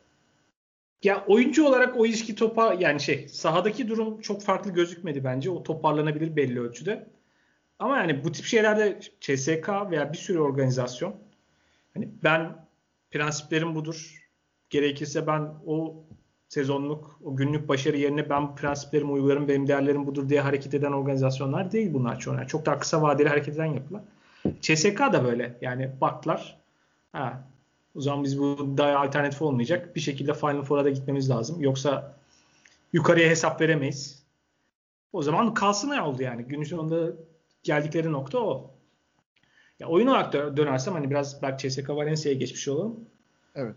Ya oyuncu olarak o ilişki topa yani şey sahadaki durum çok farklı gözükmedi bence. O toparlanabilir belli ölçüde. Ama yani bu tip şeylerde C S K veya bir sürü organizasyon, hani ben prensiplerim budur. Gerekirse ben o sezonluk, o günlük başarı yerine ben bu prensiplerimi uygularım, benim değerlerim budur diye hareket eden organizasyonlar değil bunlar çoğu. Yani çok daha kısa vadeli hareket eden yapılar. C S K da böyle. Yani baktılar. Ha, o zaman biz bu daha alternatif olmayacak. Bir şekilde Final Four'a da gitmemiz lazım. Yoksa yukarıya hesap veremeyiz. O zaman kalsın ne oldu yani. Günün sonunda geldikleri nokta o. Ya oyun olarak dönersem hani biraz belki C S K Valencia'ya geçmiş olalım. Evet.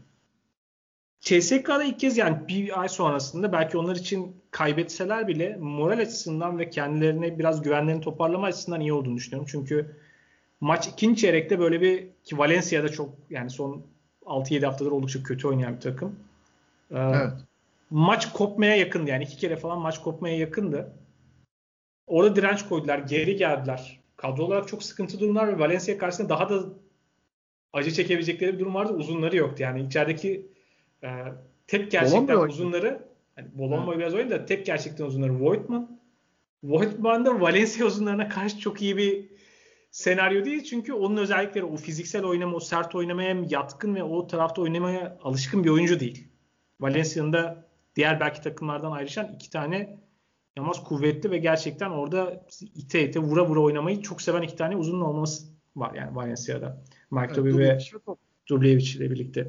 C S K'da ilk kez yani bir ay sonrasında belki onlar için kaybetseler bile moral açısından ve kendilerine biraz güvenlerini toparlama açısından iyi olduğunu düşünüyorum. Çünkü maç ikinci çeyrekte böyle bir, ki Valencia'da çok yani son altı yedi haftadır oldukça kötü oynayan bir takım. Ee, Evet. Maç kopmaya yakındı yani iki kere falan maç kopmaya yakındı. Orada direnç koydular, geri geldiler. Kadro olarak çok sıkıntı durumlar ve Valencia karşısında daha da acı çekebilecekleri bir durum vardı. Uzunları yoktu yani içerideki e, tek gerçekten Bolomboy uzunları, yani Bolomboy biraz oynadı da tek gerçekten uzunları Voigtman. Voigtman da Valencia uzunlarına karşı çok iyi bir senaryo değil. Çünkü onun özellikleri o fiziksel oynama, o sert oynamaya yatkın ve o tarafta oynamaya alışkın bir oyuncu değil. Valencia'nın da diğer belki takımlardan ayrışan iki tane yalnız kuvvetli ve gerçekten orada ite ite vura vura oynamayı çok seven iki tane uzun olması var yani Valencia'da. Mike evet, Toby ve Dubljevic ile birlikte.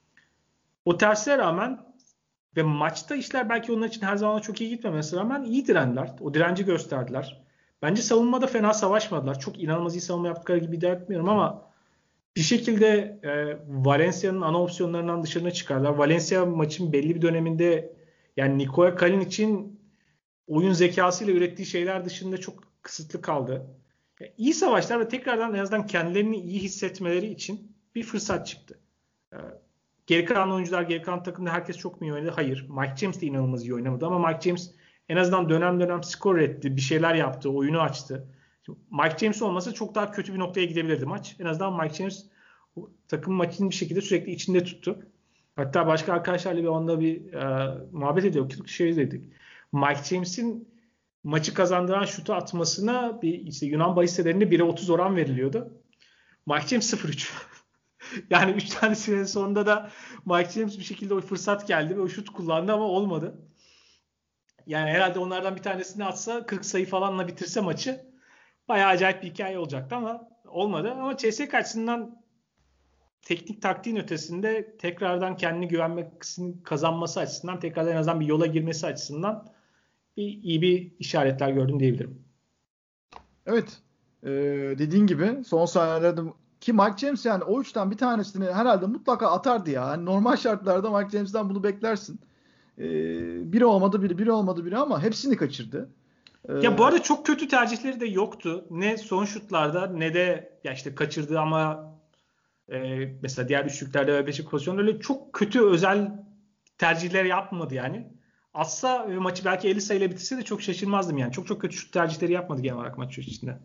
O tersine rağmen ve maçta işler belki onlar için her zaman çok iyi gitmemesine rağmen iyi direndiler. O direnci gösterdiler. Bence savunmada fena savaşmadılar. Çok inanılmaz iyi savunma yaptıkları gibi iddia etmiyorum ama bir şekilde e, Valencia'nın ana opsiyonlarından dışarına çıkarlar. Valencia maçın belli bir döneminde yani Nikola Kalinic'in oyun zekasıyla ürettiği şeyler dışında çok kısıtlı kaldı. Yani iyi savaşlar ve tekrardan en azından kendilerini iyi hissetmeleri için bir fırsat çıktı. E, geri kalan oyuncular, geri kalan takımda herkes çok mu iyi oynadı? Hayır. Mike James de inanılmaz iyi oynamadı ama Mike James en azından dönem dönem skor etti, bir şeyler yaptı, oyunu açtı. Şimdi Mike James olmasa çok daha kötü bir noktaya gidebilirdi maç. En azından Mike James takım maçını bir şekilde sürekli içinde tuttu. Hatta başka arkadaşlarla bir onda bir e, muhabbet ediyorduk. Şey dedik. Mike James'in maçı kazandıran şutu atmasına bir işte Yunan bahislerinde bire otuz oran veriliyordu. Mike James sıfır üç. Yani üç tane sürenin sonunda da Mike James bir şekilde o fırsat geldi ve o şut kullandı ama olmadı. Yani herhalde onlardan bir tanesini atsa kırk sayı falanla bitirse maçı bayağı acayip bir hikaye olacaktı ama olmadı. Ama C S K açısından teknik taktiğin ötesinde tekrardan kendini güvenmesini kazanması açısından tekrardan en azından bir yola girmesi açısından bir, iyi bir işaretler gördüm diyebilirim. Evet. Ee, dediğin gibi son saniyelerde ki Mike James yani o üçten bir tanesini herhalde mutlaka atardı ya. Yani normal şartlarda Mike James'ten bunu beklersin. Ee, biri olmadı biri, biri olmadı biri ama hepsini kaçırdı. Ee, ya bu arada çok kötü tercihleri de yoktu. Ne son şutlarda ne de ya işte kaçırdığı ama e, mesela diğer üçlüklerde ve beşik pozisyonda öyle çok kötü özel tercihler yapmadı yani. Atsa ve maçı belki elli sayıyla bitirse de çok şaşırmazdım yani. Çok çok kötü şut tercihleri yapmadı genel olarak maç içinde.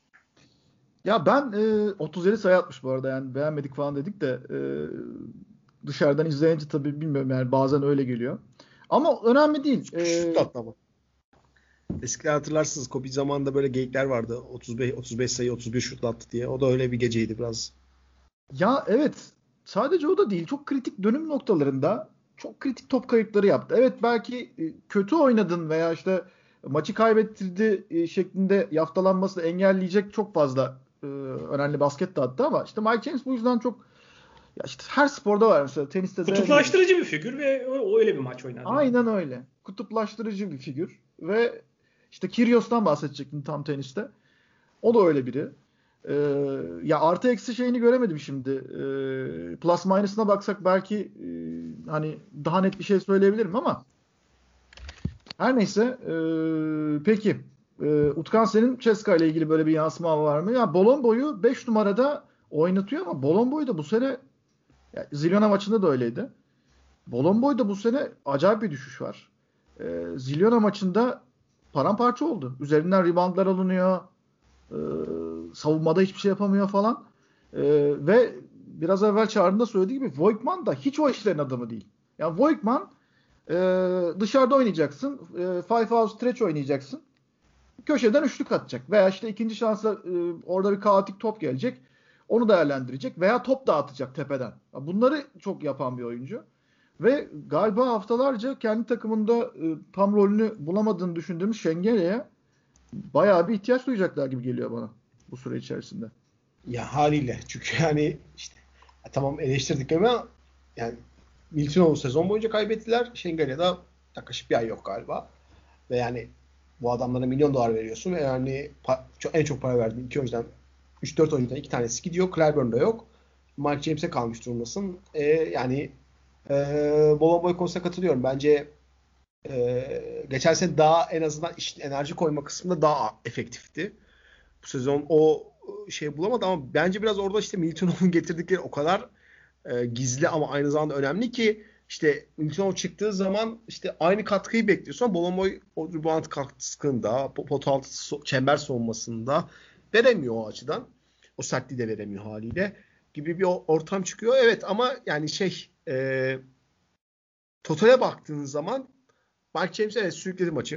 Ya ben e, otuz yedi sayı atmış bu arada yani beğenmedik falan dedik de e, dışarıdan izleyince tabii bilmiyorum yani bazen öyle geliyor. Ama önemli değil. Ee, Şut attı ama. Eskiden hatırlarsınız Kobe zamanında böyle geyikler vardı. otuz beş otuz beş sayı otuz bir şutla attı diye. O da öyle bir geceydi biraz. Ya evet. Sadece o da değil. Çok kritik dönüm noktalarında çok kritik top kayıpları yaptı. Evet belki kötü oynadın veya işte maçı kaybettirdi şeklinde yaftalanmasını engelleyecek çok fazla e, önemli basket de attı ama işte Mike James bu yüzden çok ya işte her sporda var mesela teniste de kutuplaştırıcı bir figür ve o öyle bir maç oynadı. Aynen yani. Öyle. Kutuplaştırıcı bir figür ve işte Kyrgios'tan bahsedecektim tam teniste. O da öyle biri. Ee, ya artı eksi şeyini göremedim şimdi. Ee, plus minus'ına baksak belki e, hani daha net bir şey söyleyebilirim ama her neyse. E, peki. E, Utkan senin Ceska ile ilgili böyle bir yansıma var mı? Ya Bolombo'yu beş numarada oynatıyor ama Bolombo'yu da bu sene ya, Zilyona maçında da öyleydi. Bolomboy'da bu sene acayip bir düşüş var. E, Zilyona maçında paramparça oldu. Üzerinden reboundlar alınıyor. E, savunmada hiçbir şey yapamıyor falan. E, ve biraz evvel Çağrı'nın söylediği gibi Voigtman da hiç o işlerin adamı değil. Yani Voigtman e, dışarıda oynayacaksın. E, five out stretch oynayacaksın. Köşeden üçlük atacak. Veya işte ikinci şansla e, orada bir kaotik top gelecek. Onu değerlendirecek. Veya top dağıtacak tepeden. Bunları çok yapan bir oyuncu. Ve galiba haftalarca kendi takımında e, tam rolünü bulamadığını düşündüğümüz Şengeli'ye bayağı bir ihtiyaç duyacaklar gibi geliyor bana bu süre içerisinde. Ya haliyle. Çünkü yani işte ya tamam eleştirdik ama yani Miltinov'u sezon boyunca kaybettiler. Şengeli'de yaklaşık bir ay yok galiba. Ve yani bu adamlara milyon dolar veriyorsun ve yani pa- çok, en çok para verdiğin iki oyuncudan üç dört oyuncudan iki tanesi gidiyor. Clyburn'da yok. Mike James'e kalmış durumdasın. E, yani e, Bolomboy konusuna katılıyorum. Bence e, geçen sene daha en azından iş, enerji koyma kısmında daha efektifti. Bu sezon o şey bulamadı ama bence biraz orada işte Miltinov'un getirdikleri o kadar e, gizli ama aynı zamanda önemli ki işte Miltinov çıktığı zaman işte aynı katkıyı bekliyorsun. Bolomboy o rebound katkısında, pot altı çember savunmasında veremiyor o açıdan. O sertliği de veremiyor haliyle. Gibi bir ortam çıkıyor. Evet ama yani şey e, totale baktığın zaman Mike James evet sürükledi maçı.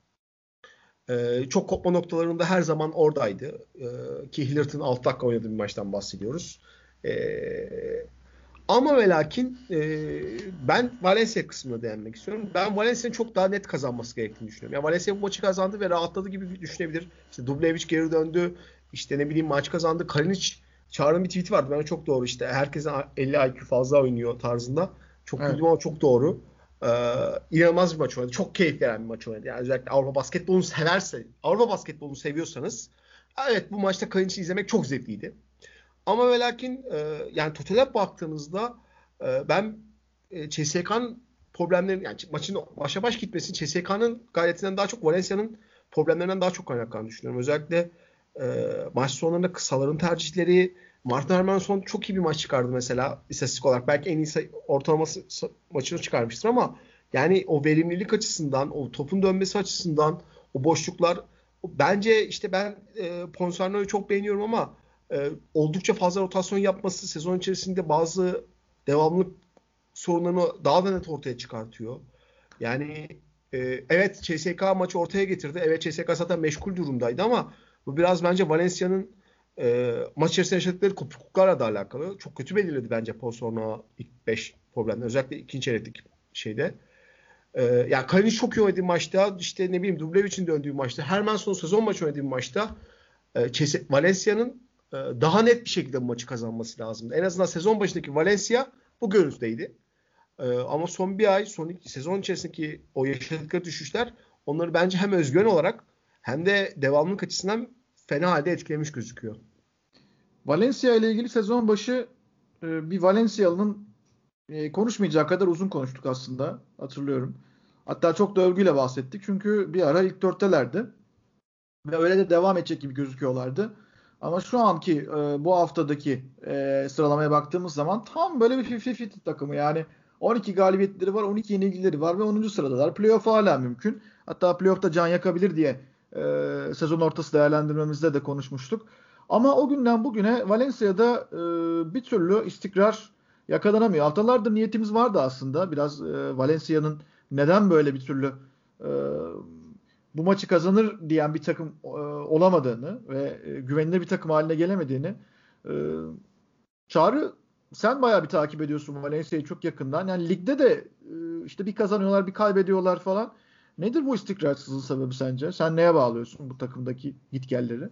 E, çok kopma noktalarında her zaman oradaydı. E, ki Hillerton altı dakika oynadığı bir maçtan bahsediyoruz. Eee Ama ve lakin e, ben Valencia kısmına değinmek istiyorum. Ben Valencia'nın çok daha net kazanması gerektiğini düşünüyorum. Yani Valencia bu maçı kazandı ve rahatladı gibi düşünebilir. İşte Dublevic geri döndü. İşte ne bileyim maç kazandı. Kalinic, Çağrı'nın bir tweet'i vardı. Bence çok doğru işte. Herkesin elli I Q fazla oynuyor tarzında. Çok Evet. güldüm ama çok doğru. Ee, inanılmaz bir maç oynadı. Çok keyif veren bir maç oynadı. Yani özellikle Avrupa basketbolunu severse, Avrupa basketbolunu seviyorsanız evet bu maçta Kalinic'i izlemek çok zevkliydi. Ama ve lakin e, yani totale baktığınızda e, ben e, C S K'nın problemlerin yani maçın başa baş gitmesi C S K'nın gayretinden daha çok Valencia'nın problemlerinden daha çok kaynaklandığını düşünüyorum. Özellikle e, maç sonlarında kısaların tercihleri, Martin Hermanson çok iyi bir maç çıkardı mesela istatistik olarak. Belki en iyi say- ortalaması maçını çıkarmıştır ama yani o verimlilik açısından, o topun dönmesi açısından, o boşluklar bence işte ben e, Ponsarno'yu çok beğeniyorum ama e, oldukça fazla rotasyon yapması sezon içerisinde bazı devamlılık sorunlarını daha da net ortaya çıkartıyor. Yani e, evet C S K maçı ortaya getirdi. Evet C S K zaten meşgul durumdaydı ama bu biraz bence Valencia'nın e, maç içerisinde yaşadıkları kopukluklarla da alakalı. Çok kötü belirledi bence Pozorno ilk beş problemler. Özellikle ikinci çeyreklik şeyde. E, yani Kalinic çok iyi oynadığı maçta, işte ne bileyim Dublevic'in döndüğü maçta, Hermanson sezon maçı oynadığı maçta e, Valencia'nın e, daha net bir şekilde bu maçı kazanması lazımdı. En azından sezon başındaki Valencia bu görüntüdeydi. Ee, ama son bir ay, son iki, sezon içerisindeki o yaşadıkları düşüşler onları bence hem özgüven olarak hem de devamlılık açısından fena halde etkilemiş gözüküyor. Valencia ile ilgili sezon başı e, bir Valencialı'nın e, konuşmayacağı kadar uzun konuştuk aslında. Hatırlıyorum. Hatta çok da övgüyle bahsettik. Çünkü bir ara ilk dörttelerdi. Ve öyle de devam edecek gibi gözüküyorlardı. Ama şu anki e, bu haftadaki e, sıralamaya baktığımız zaman tam böyle bir elli elli takımı. Yani on iki galibiyetleri var, on iki yenilgileri var ve onuncu sıradalar. Playoff hala mümkün. Hatta playoff'ta can yakabilir diye e, sezon ortası değerlendirmemizde de konuşmuştuk. Ama o günden bugüne Valencia'da e, bir türlü istikrar yakalanamıyor. Haftalardır niyetimiz vardı aslında. Biraz e, Valencia'nın neden böyle bir türlü e, bu maçı kazanır diyen bir takım e, olamadığını ve e, güvenilir bir takım haline gelemediğini e, Çağrı, sen bayağı bir takip ediyorsun Valencia'yı çok yakından. Yani ligde de e, işte bir kazanıyorlar, bir kaybediyorlar falan. Nedir bu istikrarsızlığın sebebi sence? Sen neye bağlıyorsun bu takımdaki gitgelleri?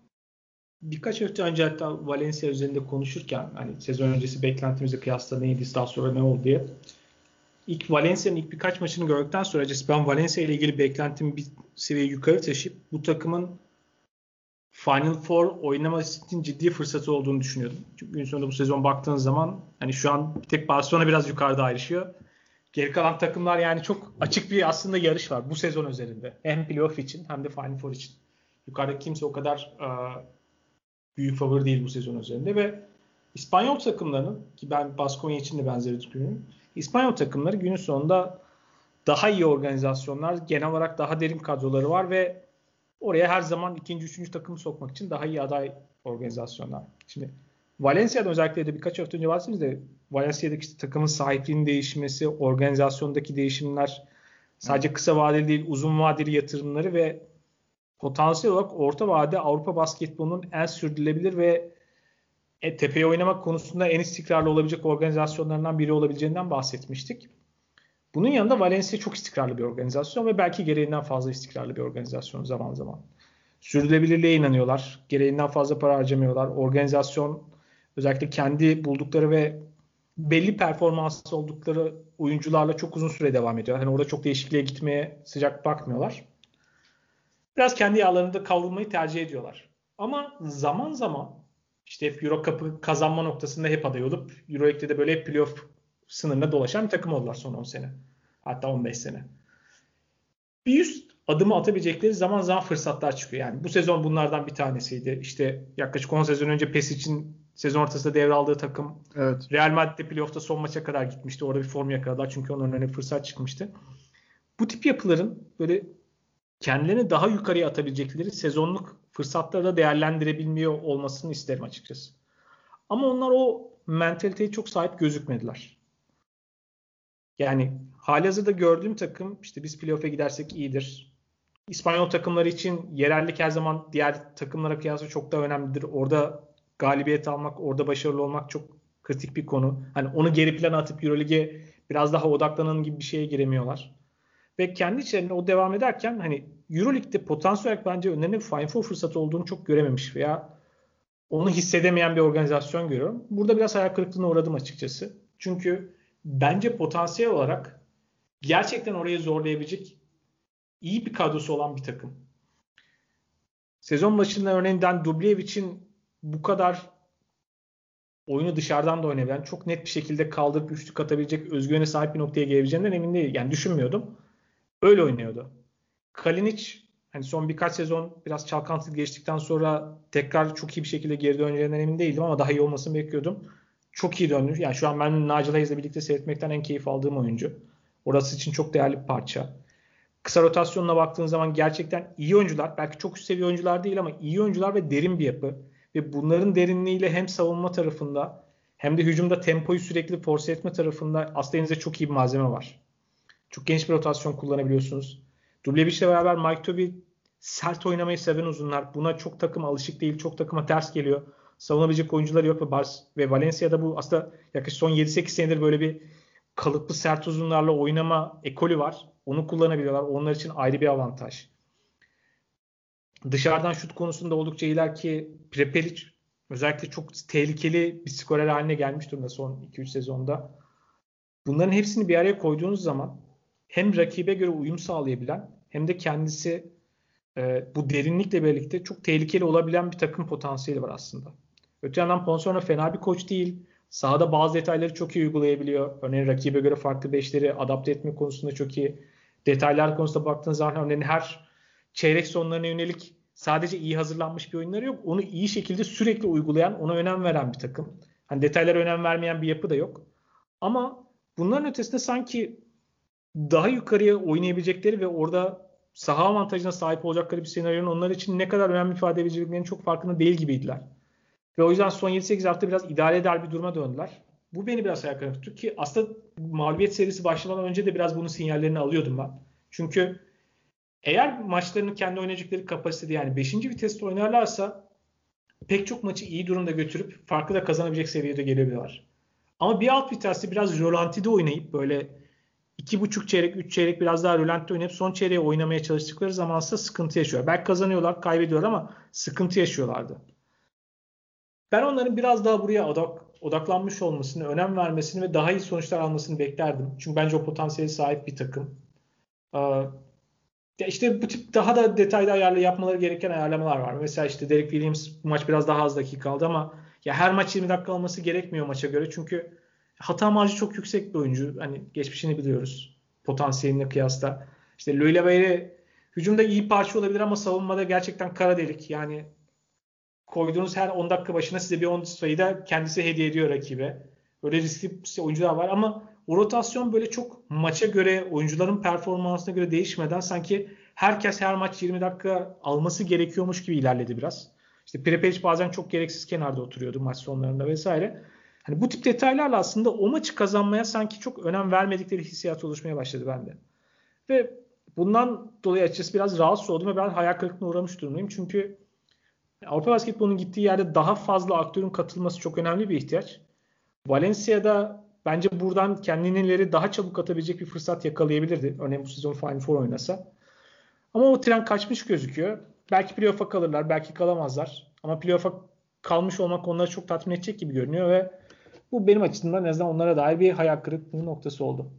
Birkaç hafta önce hatta Valencia üzerinde konuşurken hani sezon öncesi beklentimizle kıyasla neydi, daha sonra ne oldu diye. İlk Valencia'nın ilk birkaç maçını gördükten sonra ben Valencia ile ilgili beklentimi bir seviye yukarı taşıyıp bu takımın Final Four oynaması için ciddi fırsatı olduğunu düşünüyordum. Çünkü gün sonunda bu sezon baktığınız zaman hani şu an bir tek Barcelona biraz yukarıda ayrışıyor. Geri kalan takımlar yani çok açık bir aslında yarış var bu sezon üzerinde. Hem playoff için hem de Final Four için. Yukarıda kimse o kadar uh, büyük favori değil bu sezon üzerinde ve İspanyol takımlarının ki ben Baskonya için de benzeri düşünüyorum. İspanyol takımları günün sonunda daha iyi organizasyonlar, genel olarak daha derin kadroları var ve oraya her zaman ikinci, üçüncü takımı sokmak için daha iyi aday organizasyonlar. Şimdi Valencia'da özellikle de birkaç hafta önce bahsettiğimiz de Valencia'daki işte takımın sahipliğinin değişmesi, organizasyondaki değişimler sadece kısa vadeli değil uzun vadeli yatırımları ve potansiyel olarak orta vade Avrupa basketbolunun en sürdürülebilir ve e, tepeye oynamak konusunda en istikrarlı olabilecek organizasyonlarından biri olabileceğinden bahsetmiştik. Bunun yanında Valencia çok istikrarlı bir organizasyon ve belki gereğinden fazla istikrarlı bir organizasyon zaman zaman. Sürdürülebilirliğe inanıyorlar. Gereğinden fazla para harcamıyorlar. Organizasyon özellikle kendi buldukları ve belli performanslı oldukları oyuncularla çok uzun süre devam ediyor. Hani orada çok değişikliğe gitmeye sıcak bakmıyorlar. Biraz kendi yağlarında kavrulmayı tercih ediyorlar. Ama zaman zaman işte hep Euro Cup'ı kazanma noktasında hep aday olup Euroleague'de de böyle hep playoff sınırında dolaşan bir takım oldular son on sene. Hatta on beş sene. Bir üst adımı atabilecekleri zaman zaman fırsatlar çıkıyor. Yani bu sezon bunlardan bir tanesiydi. İşte yaklaşık on sezon önce PES için sezon ortasında devraldığı takım Evet. Real Madrid'de playoff'ta son maça kadar gitmişti. Orada bir form yakaladılar çünkü onun önüne fırsat çıkmıştı. Bu tip yapıların böyle kendilerini daha yukarıya atabilecekleri sezonluk fırsatları da değerlendirebilmiyor olmasını isterim açıkçası. Ama onlar o mentaliteye çok sahip gözükmediler. Yani halihazırda gördüğüm takım işte biz playoff'a gidersek iyidir. İspanyol takımları için yerellik her zaman diğer takımlara kıyasla çok daha önemlidir. Orada galibiyet almak, orada başarılı olmak çok kritik bir konu. Hani onu geri plana atıp EuroLeague'e biraz daha odaklanan gibi bir şeye giremiyorlar. Ve kendi içlerinde o devam ederken hani EuroLeague'de potansiyel olarak bence önlerine bir Final Four fırsatı olduğunu çok görememiş veya onu hissedemeyen bir organizasyon görüyorum. Burada biraz hayal kırıklığına uğradım açıkçası. Çünkü bence potansiyel olarak gerçekten orayı zorlayabilecek iyi bir kadrosu olan bir takım. Sezon başında örneğin Dan Dubljević'in bu kadar oyunu dışarıdan da oynayabilen, çok net bir şekilde kaldırıp üçlük atabilecek özgüvene sahip bir noktaya gelebileceğinden emin değil. Yani düşünmüyordum. Öyle oynuyordu. Kalinic hani son birkaç sezon biraz çalkantılı geçtikten sonra tekrar çok iyi bir şekilde geri döneceğinden emin değildim ama daha iyi olmasını bekliyordum. Çok iyi döndü. Yani şu an ben Nigel Hayes'le birlikte seyretmekten en keyif aldığım oyuncu. Orası için çok değerli bir parça. Kısa rotasyonuna baktığın zaman gerçekten iyi oyuncular. Belki çok üst seviye oyuncular değil ama iyi oyuncular ve derin bir yapı. Ve bunların derinliğiyle hem savunma tarafında hem de hücumda tempoyu sürekli force etme tarafında aslında elinizde çok iyi bir malzeme var. Çok geniş bir rotasyon kullanabiliyorsunuz. Dublevic'le beraber Mike Toby sert oynamayı seven uzunlar. Buna çok takım alışık değil. Çok takıma ters geliyor. Savunabilecek oyuncuları yok ve Bars ve Valencia'da bu aslında yaklaşık son yedi sekiz senedir böyle bir kalıplı sert uzunlarla oynama ekolü var. Onu kullanabiliyorlar. Onlar için ayrı bir avantaj. Dışarıdan şut konusunda oldukça iyiler ki Prepelic özellikle çok tehlikeli bir skorer haline gelmiş durumda son iki üç sezonda. Bunların hepsini bir araya koyduğunuz zaman hem rakibe göre uyum sağlayabilen hem de kendisi e, bu derinlikle birlikte çok tehlikeli olabilen bir takım potansiyeli var aslında. Öte yandan Ponzano fena bir koç değil. Sahada bazı detayları çok iyi uygulayabiliyor. Örneğin rakibe göre farklı beşleri adapte etme konusunda çok iyi. Detaylar konusunda baktığınız zaman örneğin her çeyrek sonlarına yönelik sadece iyi hazırlanmış bir oyunları yok. Onu iyi şekilde sürekli uygulayan, ona önem veren bir takım. Hani detaylara önem vermeyen bir yapı da yok. Ama bunların ötesinde sanki daha yukarıya oynayabilecekleri ve orada saha avantajına sahip olacakları bir senaryonun onlar için ne kadar önemli ifade edebileceklerinin çok farkında değil gibiydiler. Ve o yüzden son yedi sekiz hafta biraz idare eder bir duruma döndüler. Bu beni biraz hayal kırıklığı tuttu ki aslında mağlubiyet serisi başlamadan önce de biraz bunun sinyallerini alıyordum ben. Çünkü eğer maçlarını kendi oynayacakları kapasitede yani beşinci viteste oynarlarsa pek çok maçı iyi durumda götürüp farklı da kazanabilecek seviyede gelebiliyorlar. Ama bir alt viteste biraz rölantide oynayıp böyle iki buçuk çeyrek, üç çeyrek biraz daha rölantide oynayıp son çeyreğe oynamaya çalıştıkları zamansa sıkıntı yaşıyor. Belki kazanıyorlar, kaybediyorlar ama sıkıntı yaşıyorlardı. Ben onların biraz daha buraya odak, odaklanmış olmasını, önem vermesini ve daha iyi sonuçlar almasını beklerdim. Çünkü bence o potansiyele sahip bir takım. Ee, işte bu tip daha da detaylı ayarlı yapmaları gereken ayarlamalar var. Mesela işte Derek Williams bu maç biraz daha az dakika aldı ama ya her maç yirmi dakika olması gerekmiyor maça göre. Çünkü hata marjı çok yüksek bir oyuncu. Hani geçmişini biliyoruz. Potansiyeline kıyasla. İşte Louis Leverre hücumda iyi parça olabilir ama savunmada gerçekten kara delik. Yani koyduğunuz her on dakika başına size bir on sayı da kendisi hediye ediyor rakibe. Böyle riskli oyuncular var ama o rotasyon böyle çok maça göre, oyuncuların performansına göre değişmeden sanki herkes her maç yirmi dakika alması gerekiyormuş gibi ilerledi biraz. İşte Prepelic bazen çok gereksiz kenarda oturuyordu maç sonlarında vesaire. Hani bu tip detaylarla aslında o maçı kazanmaya sanki çok önem vermedikleri hissiyat oluşmaya başladı bende. Ve bundan dolayı açıkçası biraz rahatsız oldum ve ben hayal kırıklığına uğramış durumdayım. Çünkü Avrupa basketbolunun gittiği yerde daha fazla aktörün katılması çok önemli bir ihtiyaç. Valencia'da bence buradan kendinileri daha çabuk atabilecek bir fırsat yakalayabilirdi. Örneğin bu sezon Final Four oynasa. Ama o tren kaçmış gözüküyor. Belki playoff'a kalırlar, belki kalamazlar. Ama playoff'a kalmış olmak onları çok tatmin edecek gibi görünüyor ve bu benim açımdan en azından onlara dair bir hayal kırıklığı noktası oldu.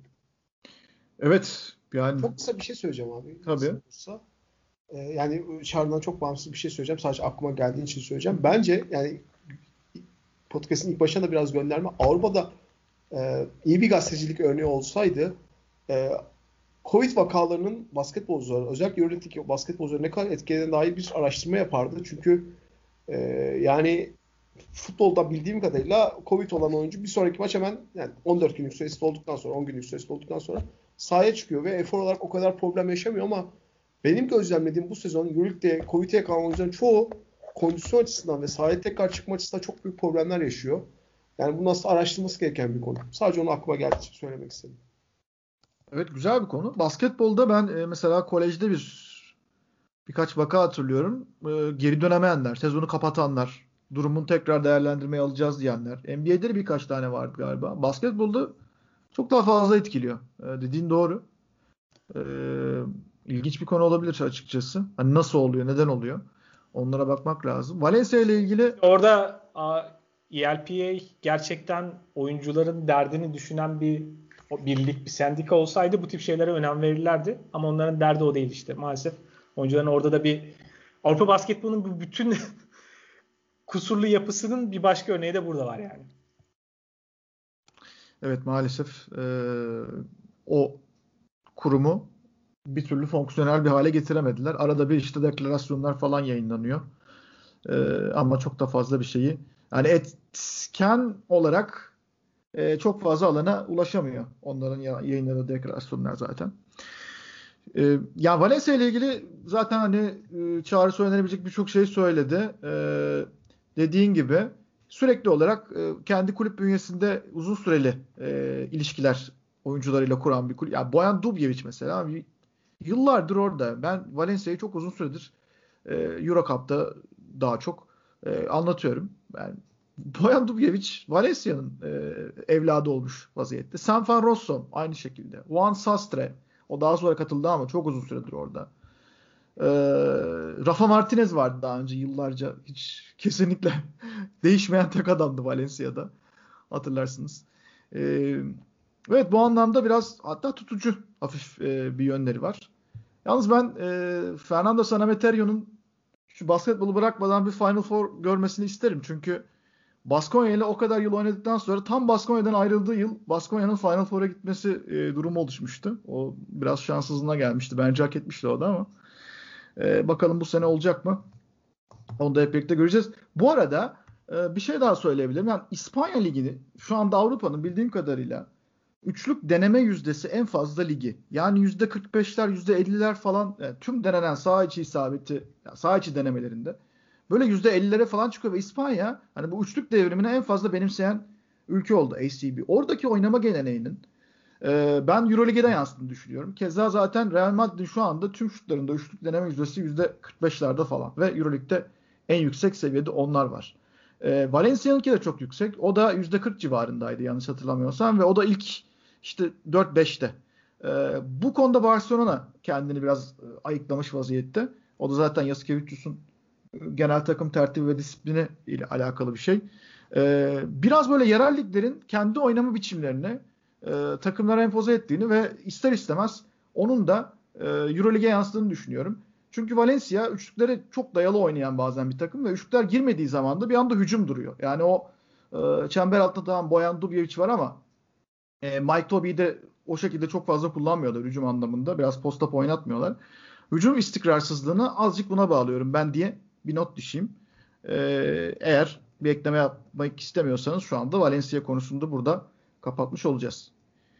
Evet. Yani çok kısa bir şey söyleyeceğim abi. Tabii. Ee, yani Çağrı'dan çok bağımsız bir şey söyleyeceğim. Sadece aklıma geldiği için söyleyeceğim. Bence yani podcast'in ilk başına da biraz gönderme. Avrupa'da e, iyi bir gazetecilik örneği olsaydı e, Covid vakalarının basketbolcuları, özellikle Euroleague'deki basketbolcuları ne kadar etkilediğine dair bir araştırma yapardı. Çünkü e, yani futbolda bildiğim kadarıyla Covid olan oyuncu bir sonraki maç hemen yani on dört günlük süresi olduktan sonra, on günlük süresi olduktan sonra sahaya çıkıyor ve efor olarak o kadar problem yaşamıyor ama benim gözlemlediğim bu sezon Euroleague'de Covid'e yakalan oyuncuların çoğu kondisyon açısından ve sahaya tekrar çıkma açısından çok büyük problemler yaşıyor. Yani bu nasıl araştırılması gereken bir konu. Sadece onu aklıma geldiği için söylemek istedim. Evet, güzel bir konu. Basketbolda ben e, mesela kolejde bir birkaç vaka hatırlıyorum. E, geri dönemeyenler, sezonu kapatanlar, durumun tekrar değerlendirmeye alacağız diyenler. N B A'de de birkaç tane vardı galiba. Basketbolda çok daha fazla etkiliyor. E, dediğin doğru. E, ilginç bir konu olabilir açıkçası. Hani nasıl oluyor, neden oluyor? Onlara bakmak lazım. Valencia ile ilgili orada E L P A gerçekten oyuncuların derdini düşünen bir birlik, bir sendika olsaydı bu tip şeylere önem verirlerdi. Ama onların derdi o değil işte maalesef. Oyuncuların orada da bir Avrupa basketbolunun bu bütün kusurlu yapısının bir başka örneği de burada var yani. Evet, maalesef e, o kurumu bir türlü fonksiyonel bir hale getiremediler. Arada bir işte deklarasyonlar falan yayınlanıyor. E, ama çok da fazla bir şeyi, yani etken olarak e, çok fazla alana ulaşamıyor. Onların ya, yayınladığı deklarasyonlar zaten. E, ya Valencia ile ilgili zaten hani e, Çağrı söylenebilecek birçok şey söyledi. E, dediğin gibi sürekli olarak e, kendi kulüp bünyesinde uzun süreli e, ilişkiler oyuncularıyla kuran bir kulüp. Ya Bojan Dubjević mesela yıllardır orada. Ben Valencia'yı çok uzun süredir e, Euro Cup'ta daha çok e, anlatıyorum. Yani Bojan Dubjević Valencia'nın e, evladı olmuş vaziyette. Sam Van Rossum aynı şekilde. Juan Sastre, o daha sonra katıldı ama çok uzun süredir orada. E, Rafa Martinez vardı daha önce yıllarca. Hiç kesinlikle değişmeyen tek adamdı Valencia'da. Hatırlarsınız. E, evet, bu anlamda biraz hatta tutucu hafif e, bir yönleri var. Yalnız ben e, Fernando Sanameterio'nun şu basketbolu bırakmadan bir Final Four görmesini isterim. Çünkü Baskonya ile o kadar yıl oynadıktan sonra tam Baskonya'dan ayrıldığı yıl Baskonya'nın Final Four'a gitmesi e, durumu oluşmuştu. O biraz şanssızlığına gelmişti. Bence hak etmişti o da ama. E, bakalım bu sene olacak mı? Onu da hep birlikte göreceğiz. Bu arada e, bir şey daha söyleyebilirim. Yani İspanya Ligi'ni şu anda Avrupa'nın bildiğim kadarıyla üçlük deneme yüzdesi en fazla ligi. Yani yüzde kırk beşler, yüzde elliler falan, yani tüm denenen saha içi isabeti, yani saha içi denemelerinde böyle yüzde ellilere falan çıkıyor ve İspanya hani bu üçlük devrimini en fazla benimseyen ülke oldu, A C B. Oradaki oynama geleneğinin e, ben Euroleague'de yansıdığını düşünüyorum. Keza zaten Real Madrid şu anda tüm şutlarında üçlük deneme yüzdesi yüzde kırk beşlerde falan ve Euroleague'de en yüksek seviyede onlar var. E, Valencia'nınki de çok yüksek. O da yüzde kırk civarındaydı yanlış hatırlamıyorsam ve o da ilk işte dört beşte. Ee, bu konuda Barcelona kendini biraz e, ayıklamış vaziyette. O da zaten Yasikevicius'un e, genel takım tertibi ve disiplini ile alakalı bir şey. Ee, biraz böyle yerel liglerin kendi oynama biçimlerini e, takımlara empoze ettiğini ve ister istemez onun da e, Euroleague'e yansıdığını düşünüyorum. Çünkü Valencia üçlüklere çok dayalı oynayan bazen bir takım ve üçlükler girmediği zaman da bir anda hücum duruyor. Yani o e, çember altında tamam Bojan Dubjević var ama E, Mike Tobey'i de o şekilde çok fazla kullanmıyorlar hücum anlamında. Biraz post-up oynatmıyorlar. Hücum istikrarsızlığını azıcık buna bağlıyorum ben diye bir not düşeyim. E, eğer bir ekleme yapmak istemiyorsanız şu anda Valencia konusunda burada kapatmış olacağız.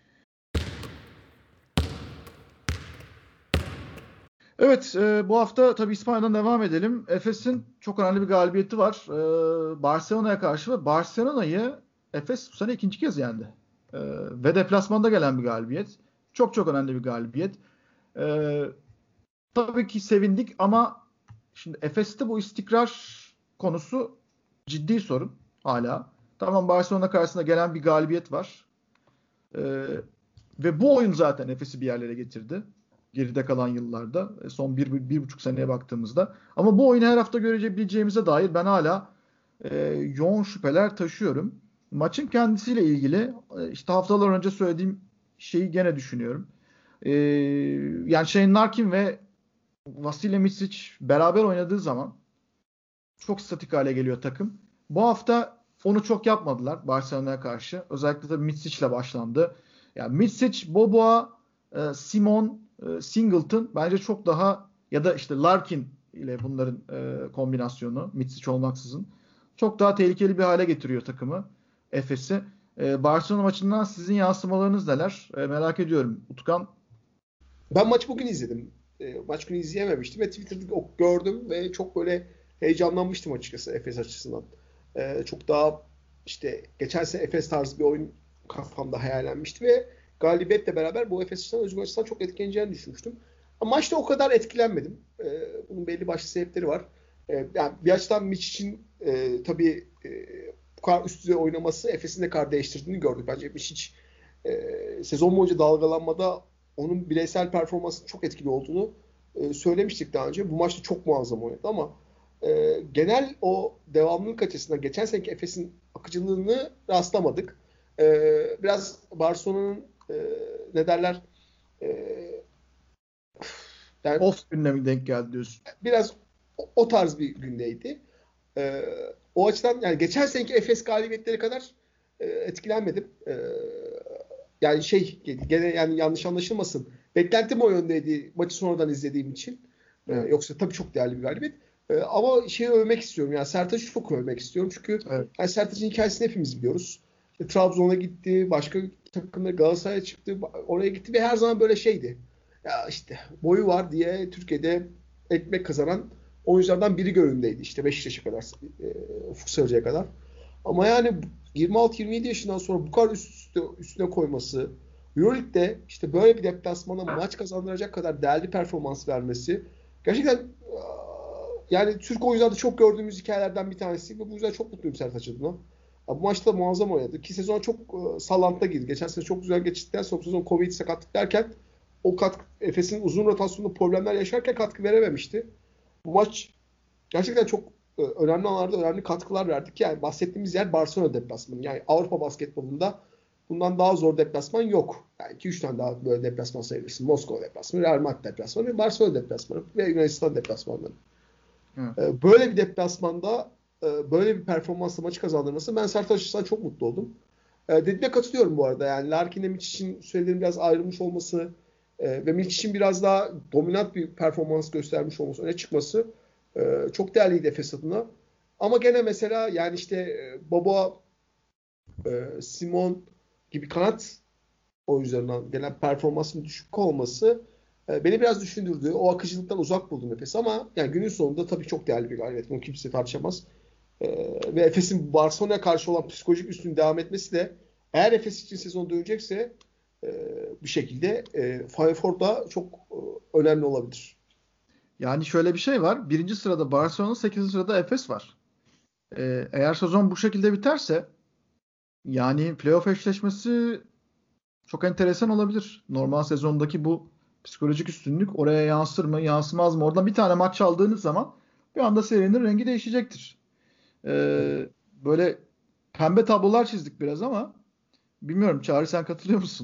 Evet, e, bu hafta tabii İspanya'dan devam edelim. Efes'in çok önemli bir galibiyeti var. E, Barcelona'ya karşı ve Barcelona'yı Efes bu sene ikinci kez yendi. E, ve deplasmanda gelen bir galibiyet. Çok çok önemli bir galibiyet. E, tabii ki sevindik ama şimdi Efes'te bu istikrar konusu ciddi sorun hala. Tamam, Barcelona karşısında gelen bir galibiyet var. E, ve bu oyun zaten Efes'i bir yerlere getirdi. Geride kalan yıllarda. Son bir, bir, bir buçuk seneye baktığımızda. Ama bu oyunu her hafta görebileceğimize dair ben hala e, yoğun şüpheler taşıyorum. Maçın kendisiyle ilgili e, işte haftalar önce söylediğim şeyi gene düşünüyorum. E, yani Shane Larkin ve Vasilij Micic beraber oynadığı zaman çok statik hale geliyor takım. Bu hafta onu çok yapmadılar Barcelona'ya karşı. Özellikle de Micic'le başlandı. Yani Micic, Boboa, e, Simon, e, Singleton bence çok daha, ya da işte Larkin ile bunların e, kombinasyonu Micic olmaksızın çok daha tehlikeli bir hale getiriyor takımı, Efes'i. E, Barcelona maçından sizin yansımalarınız neler? E, merak ediyorum. Utkan? Ben maçı bugün izledim. E, maç günü izleyememiştim ve Twitter'da gördüm ve çok böyle heyecanlanmıştım açıkçası Efes açısından. E, çok daha işte geçen sene Efes tarzı bir oyun kafamda hayallenmişti ve galibiyetle beraber bu Efes açısından özgür açısından çok etkileneceğini düşünmüştüm. Ama maçta o kadar etkilenmedim. E, bunun belli başlı sebepleri var. E, yani bir açıdan Mitch için e, tabii e, bu kadar üst düzey oynaması Efes'in de kar değiştirdiğini gördük. Bence Mitch hiç e, sezon boyunca dalgalanmada onun bireysel performansının çok etkili olduğunu e, söylemiştik daha önce. Bu maçta çok muazzam oynadı ama e, genel o devamlılık açısından geçen seneki Efes'in akıcılığını rastlamadık. E, biraz Barcelona'nın e, ne derler e, yani, off gününe mi denk geldi diyorsun? Biraz o, o tarz bir gündeydi. E, o açıdan yani geçen seneki Efes galibiyetleri kadar e, etkilenmedim. E, yani şey gene yani yanlış anlaşılmasın. Beklentim o yöndeydi maçı sonradan izlediğim için. E, Evet. yoksa tabii çok değerli bir galibiyet. E, ama şeyi övmek istiyorum. Yani Sertaç'ı çok övmek istiyorum. Çünkü Evet. yani Sertaç'ın hikayesini hepimiz biliyoruz. İşte Trabzon'a gitti, başka takımlara Galatasaray'a çıktı, oraya gitti ve her zaman böyle şeydi. Ya işte boyu var diye Türkiye'de ekmek kazanan oyunculardan biri göründeydi. İşte Beşiktaş'a kadar, e, Ufuk Sarıcı'ya kadar. Ama yani yirmi altı yirmi yedi yaşından sonra bu kadar üst üste, üstüne koyması, Euroleague'de işte böyle bir deplasmana maç kazandıracak kadar değerli performans vermesi gerçekten yani Türk oyuncularda çok gördüğümüz hikayelerden bir tanesi ve bu yüzden çok mutluyum Sertaç adına. Bu maçta muazzam oynadı. Ki sezona çok e, sallantıda girdi. Geçen sene çok güzel geçtikten sonra sezon Covid sakatlık derken o katkı, Efes'in uzun rotasyonunda problemler yaşarken katkı verememişti. Bu maç gerçekten çok e, önemli anlarda önemli katkılar verdik. Yani bahsettiğimiz yer Barcelona deplasmanı. Yani Avrupa basketbolunda bundan daha zor deplasman yok. Yani iki üç tane daha böyle deplasman sayabilirsin. Moskova deplasmanı, Real Madrid deplasmanı, Barcelona deplasmanı ve Yunanistan deplasmanları. Evet. Böyle bir deplasmanda böyle bir performansla maçı kazandırması ben Sertaç açısından çok mutlu oldum. Dediğine katılıyorum bu arada. Yani Larkin'le Miçic'in sürelerin biraz ayrılmış olması ve Miçic'in biraz daha dominant bir performans göstermiş olması, öne çıkması çok değerliydi Efes adına. Ama gene mesela yani işte Bobo, Simon gibi kanat oyuncularından gelen performansın düşük olması beni biraz düşündürdü. O akıcılıktan uzak buldum Efes ama yani günün sonunda tabii çok değerli bir galibiyet. Bunu kimse tartışamaz. Ee, ve Efes'in Barcelona'ya karşı olan psikolojik üstünlüğün devam etmesi de eğer Efes için sezon dönecekse e, bir şekilde e, Final Four'da çok e, önemli olabilir. Yani şöyle bir şey var. Birinci sırada Barcelona, sekizinci sırada Efes var. Ee, eğer sezon bu şekilde biterse yani playoff eşleşmesi çok enteresan olabilir. Normal sezondaki bu psikolojik üstünlük oraya yansır mı, yansımaz mı? Oradan bir tane maç aldığınız zaman bir anda serinin rengi değişecektir. Ee, böyle pembe tablolar çizdik biraz ama bilmiyorum. Çağrı, sen katılıyor musun?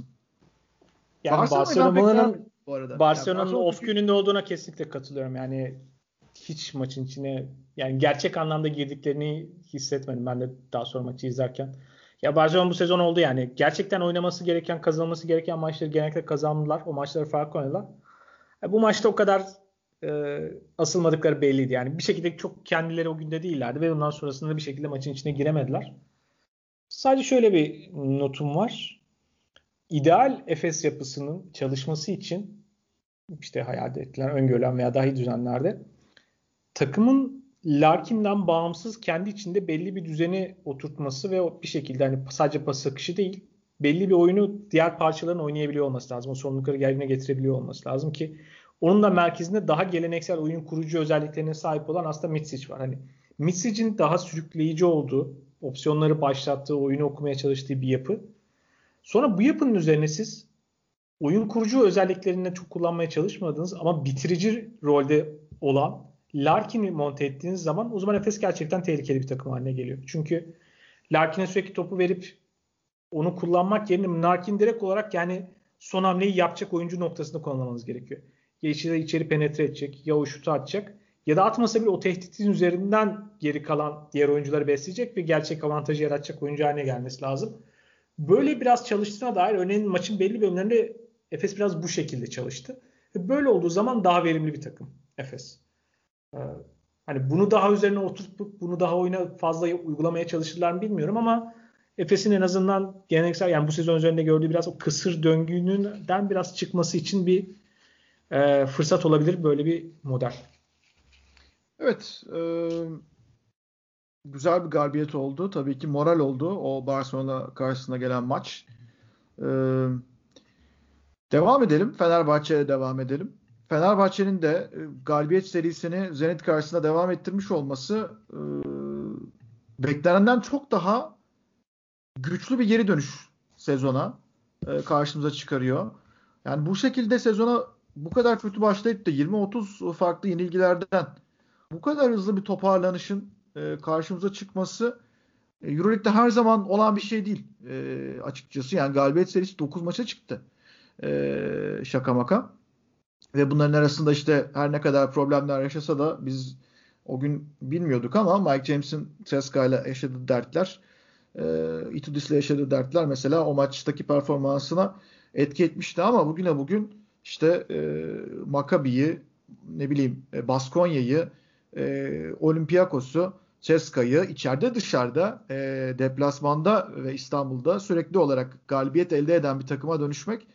Yani Barcelona'yı ben pek beğenmedim Barcelona'nın bu arada. Yani Barcelona'nın Barcelona off çünkü gününde olduğuna kesinlikle katılıyorum. Yani hiç maçın içine yani gerçek anlamda girdiklerini hissetmedim ben de daha sonra maçı izlerken. Ya Barcelona bu sezon oldu yani. Gerçekten oynaması gereken, kazanılması gereken maçları genellikle kazandılar. O maçları farklı oynadılar. E, bu maçta o kadar e, asılmadıkları belliydi. Yani bir şekilde çok kendileri o günde değillerdi ve ondan sonrasında bir şekilde maçın içine giremediler. Sadece şöyle bir notum var. İdeal Efes yapısının çalışması için işte hayal edilen, öngörülen veya dahi düzenlerde takımın Larkin'den bağımsız kendi içinde belli bir düzeni oturtması ve bir şekilde hani sadece pas akışı değil, belli bir oyunu diğer parçaların oynayabiliyor olması lazım. O sorumlulukları yerine getirebiliyor olması lazım ki onun da merkezinde daha geleneksel oyun kurucu özelliklerine sahip olan aslında Mitsic var. Hani Mitsic'in daha sürükleyici olduğu, opsiyonları başlattığı, oyunu okumaya çalıştığı bir yapı. Sonra bu yapının üzerine siz oyun kurucu özelliklerini çok kullanmaya çalışmadınız ama bitirici rolde olan Larkin'i monte ettiğiniz zaman o zaman Efes gerçekten tehlikeli bir takım haline geliyor. Çünkü Larkin'e sürekli topu verip onu kullanmak yerine Larkin direkt olarak yani son hamleyi yapacak oyuncu noktasında kullanmanız gerekiyor. Ya içeri, içeri penetre edecek ya o şutu atacak ya da atmasa bile o tehditin üzerinden geri kalan diğer oyuncuları besleyecek ve gerçek avantajı yaratacak oyuncu haline gelmesi lazım. Böyle biraz çalıştığına dair örneğin maçın belli bölümlerinde Efes biraz bu şekilde çalıştı. Ve böyle olduğu zaman daha verimli bir takım Efes. Ee, hani bunu daha üzerine oturtup bunu daha oyuna fazla uygulamaya çalışırlar mı bilmiyorum ama Efes'in en azından geleneksel yani bu sezon üzerinde gördüğü biraz o kısır döngünden biraz çıkması için bir e, fırsat olabilir böyle bir model. evet, e, güzel bir galibiyet oldu. Tabii ki moral oldu o Barcelona karşısına gelen maç. E, devam edelim. Fenerbahçe'ye devam edelim. Fenerbahçe'nin de e, galibiyet serisini Zenit karşısında devam ettirmiş olması e, beklenenden çok daha güçlü bir geri dönüş sezona e, karşımıza çıkarıyor. Yani bu şekilde sezona bu kadar kötü başlayıp da yirmi otuz farklı yenilgilerden bu kadar hızlı bir toparlanışın e, karşımıza çıkması e, Euroleague'de her zaman olan bir şey değil e, açıkçası. Yani galibiyet serisi dokuz maça çıktı. E, şaka maka. Ve bunların arasında işte her ne kadar problemler yaşasa da biz o gün bilmiyorduk ama Mike James'in Cesca ile yaşadığı dertler, e, Itudis ile yaşadığı dertler mesela o maçtaki performansına etki etmişti ama bugüne bugün işte e, Maccabi'yi, ne bileyim e, Baskonya'yı, e, Olympiakos'u, Ceska'yı içeride dışarıda e, deplasmanda ve İstanbul'da sürekli olarak galibiyet elde eden bir takıma dönüşmek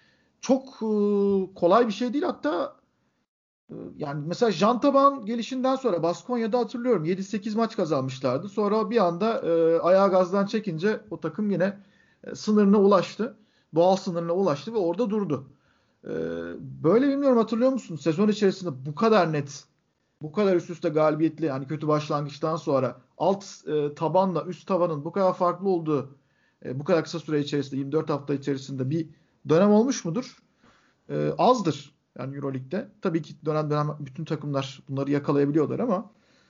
çok e, kolay bir şey değil. Hatta e, yani mesela Jean Taban gelişinden sonra Baskonya'da hatırlıyorum yedi sekiz maç kazanmışlardı. Sonra bir anda e, ayağı gazdan çekince o takım yine e, sınırına ulaştı. Doğal sınırına ulaştı ve orada durdu. E, böyle bilmiyorum, hatırlıyor musun? Sezon içerisinde bu kadar net, bu kadar üst üste galibiyetli, hani kötü başlangıçtan sonra alt e, tabanla üst tabanın bu kadar farklı olduğu e, bu kadar kısa süre içerisinde, yirmi dört hafta içerisinde bir dönem olmuş mudur? E, azdır yani Euroleague'de. Tabii ki dönem dönem bütün takımlar bunları yakalayabiliyorlar ama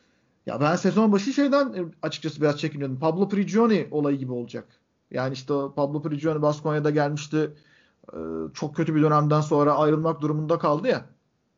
ya ben sezon başı şeyden e, açıkçası biraz çekiniyordum. Pablo Prigioni olayı gibi olacak. Yani işte o Pablo Prigioni Baskonya'da gelmişti. E, çok kötü bir dönemden sonra ayrılmak durumunda kaldı ya.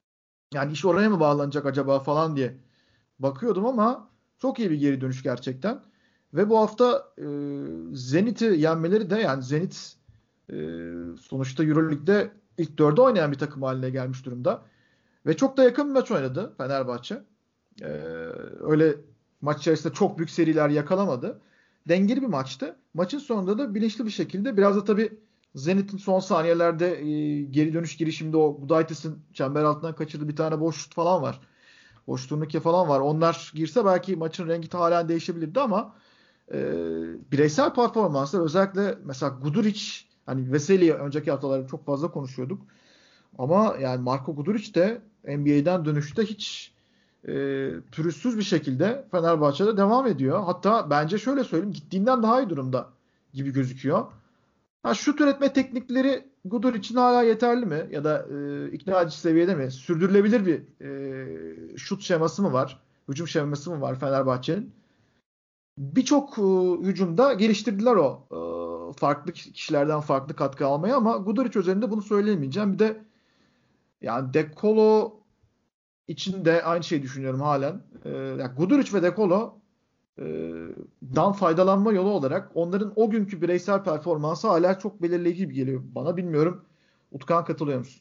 Yani iş oraya mı bağlanacak acaba falan diye bakıyordum ama çok iyi bir geri dönüş gerçekten. Ve bu hafta e, Zenit'i yenmeleri de, yani Zenit e, sonuçta Euroleague'de ilk dörde oynayan bir takım haline gelmiş durumda. Ve çok da yakın bir maç oynadı Fenerbahçe. E, öyle maç içerisinde çok büyük seriler yakalamadı. Dengeli bir maçtı. Maçın sonunda da bilinçli bir şekilde, biraz da tabii Zenit'in son saniyelerde e, geri dönüş girişiminde o Gudaitis'in çember altından kaçırdığı bir tane boş şut falan var. Boş turnike falan var. Onlar girse belki maçın rengi halen değişebilirdi ama e, bireysel performanslar, özellikle mesela Guduric, hani Veseli'yi önceki haftalarda çok fazla konuşuyorduk. Ama yani Marko Guduric de N B A'den dönüşte hiç e, pürüzsüz bir şekilde Fenerbahçe'de devam ediyor. Hatta bence şöyle söyleyeyim, gittiğinden daha iyi durumda gibi gözüküyor. Ha, şut üretme teknikleri Gudur için hala yeterli mi? Ya da e, ikna edici seviyede mi? Sürdürülebilir bir e, şut şeması mı var? Hücum şeması mı var Fenerbahçe'nin? Birçok e, hücumda geliştirdiler o e, farklı kişilerden farklı katkı almayı ama Guduric üzerinde bunu söyleyemeyeceğim. Bir de yani De Colo için de aynı şeyi düşünüyorum halen. E, yani Guduric ve De Colo dan faydalanma yolu olarak onların o günkü bireysel performansı hala çok belirleyici gibi geliyor bana. Bilmiyorum. Utkan, katılıyor musun?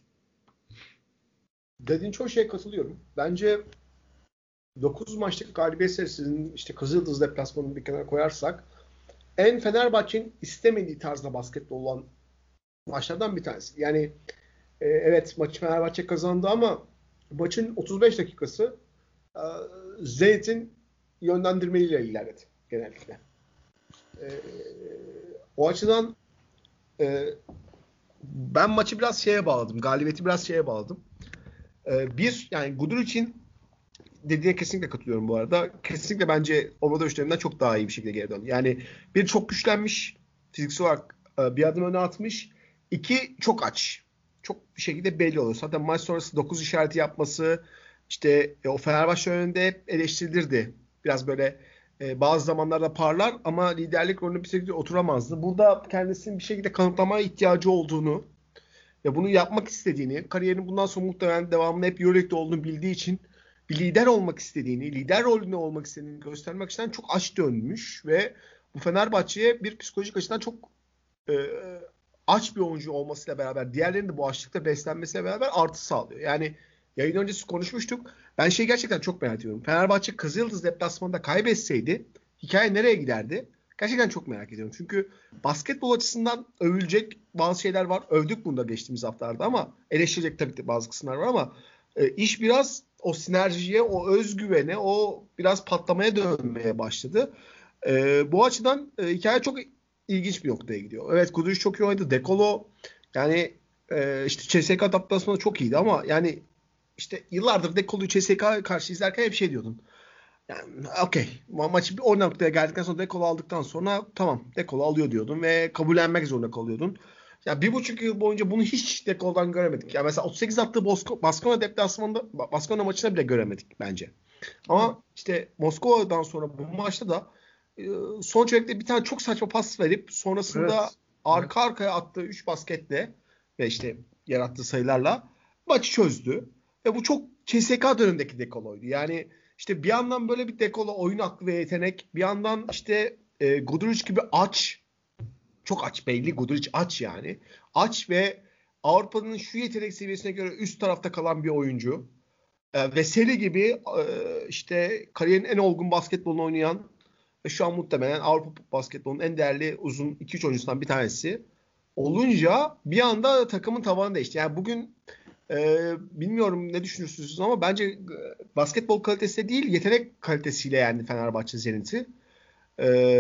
Dediğin çoğu şeye katılıyorum. Bence dokuz maçlık galibiyet serisinin işte Kızıldız deplasmanını bir kenara koyarsak en Fenerbahçe'nin istemediği tarzda basketbol olan maçlardan bir tanesi. Yani e, evet maçı Fenerbahçe kazandı ama maçın otuz beş dakikası e, Zenit'in yönlendirmeleriyle ilerledi genellikle. E, o açıdan e, ben maçı biraz şeye bağladım. Galibiyeti biraz şeye bağladım. E, bir, yani Guduric'in dediğine kesinlikle katılıyorum bu arada. Kesinlikle bence Obradoviç döneminden çok daha iyi bir şekilde geri döndü. Yani bir, çok güçlenmiş. Fiziksel olarak bir adım öne atmış. İki, çok aç. Çok bir şekilde belli oluyor. Zaten maç sonrası dokuz işareti yapması, işte o Fenerbahçe önünde hep eleştirilirdi. Biraz böyle e, bazı zamanlarda parlar ama liderlik rolüne bir şekilde oturamazdı. Burada kendisinin bir şekilde kanıtlamaya ihtiyacı olduğunu ve bunu yapmak istediğini, kariyerinin bundan sonra muhtemelen devamında hep Euroleague'de olduğunu bildiği için bir lider olmak istediğini, lider rolünde olmak istediğini göstermek için çok aç dönmüş ve bu Fenerbahçe'ye bir psikolojik açıdan çok e, aç bir oyuncu olmasıyla beraber, diğerlerinin de bu açlıkta beslenmesiyle beraber artı sağlıyor. Yani yayın öncesi konuşmuştuk. Ben şeyi gerçekten çok merak ediyorum. Fenerbahçe Kızıldız deplasmanında kaybetseydi hikaye nereye giderdi? Gerçekten çok merak ediyorum. Çünkü basketbol açısından övülecek bazı şeyler var. Övdük bunu da geçtiğimiz haftalarda ama eleştirecek tabii ki bazı kısımlar var ama e, iş biraz o sinerjiye, o özgüvene, o biraz patlamaya dönmeye başladı. E, bu açıdan e, hikaye çok ilginç bir noktaya gidiyor. Evet, Guduric çok iyi oynadı. De Colo yani e, işte C S K adaptasyonu çok iyiydi ama yani işte yıllardır De Colo'yu C S K karşı izlerken hep şey diyordun. Yani okey. Ma- maçı bir o noktaya geldikten sonra De Colo aldıktan sonra tamam De Colo alıyor diyordun ve kabullenmek zorunda kalıyordun. Yani bir buçuk yıl boyunca bunu hiç De Colo'dan göremedik. Yani mesela otuz sekiz attığı Bosko- Baskona deplasmanında Baskona maçına bile göremedik bence. Ama işte Moskova'dan sonra bu maçta da e, sonuç olarak bir tane çok saçma pas verip sonrasında Evet. arka arkaya attığı üç basketle ve işte yarattığı sayılarla maçı çözdü. Ve bu çok C S K dönemindeki De Colo'ydu. Yani işte bir yandan böyle bir De Colo oyun aklı ve yetenek, bir yandan işte e, Guduric gibi aç, çok aç belli, Guduric aç yani. Aç ve Avrupa'nın şu yetenek seviyesine göre üst tarafta kalan bir oyuncu. E, ve Seri gibi e, işte kariyerin en olgun basketbolunu oynayan ve şu an muhtemelen Avrupa basketbolunun en değerli uzun iki üç oyuncusundan bir tanesi olunca bir anda takımın tavanı değişti. Yani bugün e, bilmiyorum ne düşünürsünüz ama bence e, basketbol kalitesi değil, yetenek kalitesiyle yendi Fenerbahçe Zenit'i. E,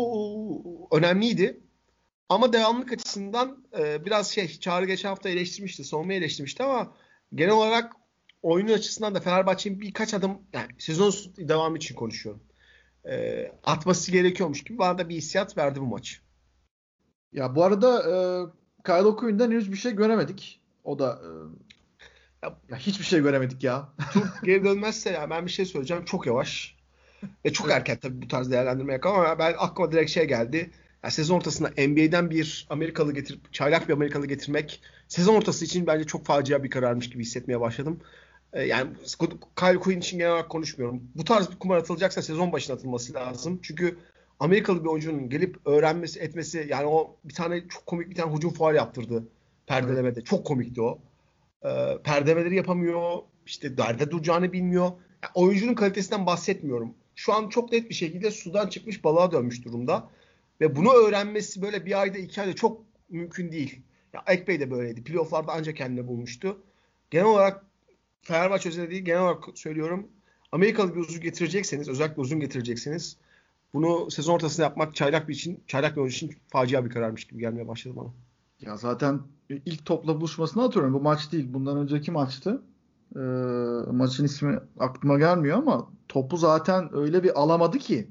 bu önemliydi. Ama devamlık açısından e, biraz şey, Çağrı geçen hafta eleştirmişti, savunmayı eleştirmişti ama genel olarak oyunun açısından da Fenerbahçe'nin birkaç adım, yani sezon devamı için konuşuyorum, e, atması gerekiyormuş gibi bana da bir hissiyat verdi bu maç. Ya bu arada e, Kyle O'Quinn'den henüz bir şey göremedik. O da e, ya, ya hiçbir şey göremedik ya. Tur geri dönmezse ya ben bir şey söyleyeceğim. Çok yavaş. Ve çok erken tabii bu tarz değerlendirme yapamam ama ben aklıma direkt şey geldi. Yani sezon ortasında N B A'den bir Amerikalı getirip çaylak bir Amerikalı getirmek sezon ortası için bence çok facia bir kararmış gibi hissetmeye başladım. Ee, yani Kyle Quinn için genel olarak konuşmuyorum. Bu tarz bir kumar atılacaksa sezon başına atılması lazım. Çünkü Amerikalı bir oyuncunun gelip öğrenmesi, etmesi, yani o bir tane çok komik bir tane hücum faul yaptırdı perdelemede. Evet. Çok komikti o. Ee, perdemeleri yapamıyor. İşte nerede duracağını bilmiyor. Yani oyuncunun kalitesinden bahsetmiyorum. Şu an çok net bir şekilde sudan çıkmış balığa dönmüş durumda. Ve bunu öğrenmesi böyle bir ayda iki ayda çok mümkün değil. Ya Ekbey de böyleydi. Playoff'larda ancak kendini bulmuştu. Genel olarak Fenerbahçe özelinde değil, genel olarak söylüyorum. Amerikalı bir uzun getirecekseniz, özellikle uzun getirecekseniz bunu sezon ortasında yapmak çaylak bir için, çaylak bir oyuncu için facia bir kararmış gibi gelmeye başladı bana. Ya zaten ilk topla buluşmasını hatırlıyorum. Bu maç değil. Bundan önceki maçtı. Ee, maçın ismi aklıma gelmiyor ama topu zaten öyle bir alamadı ki.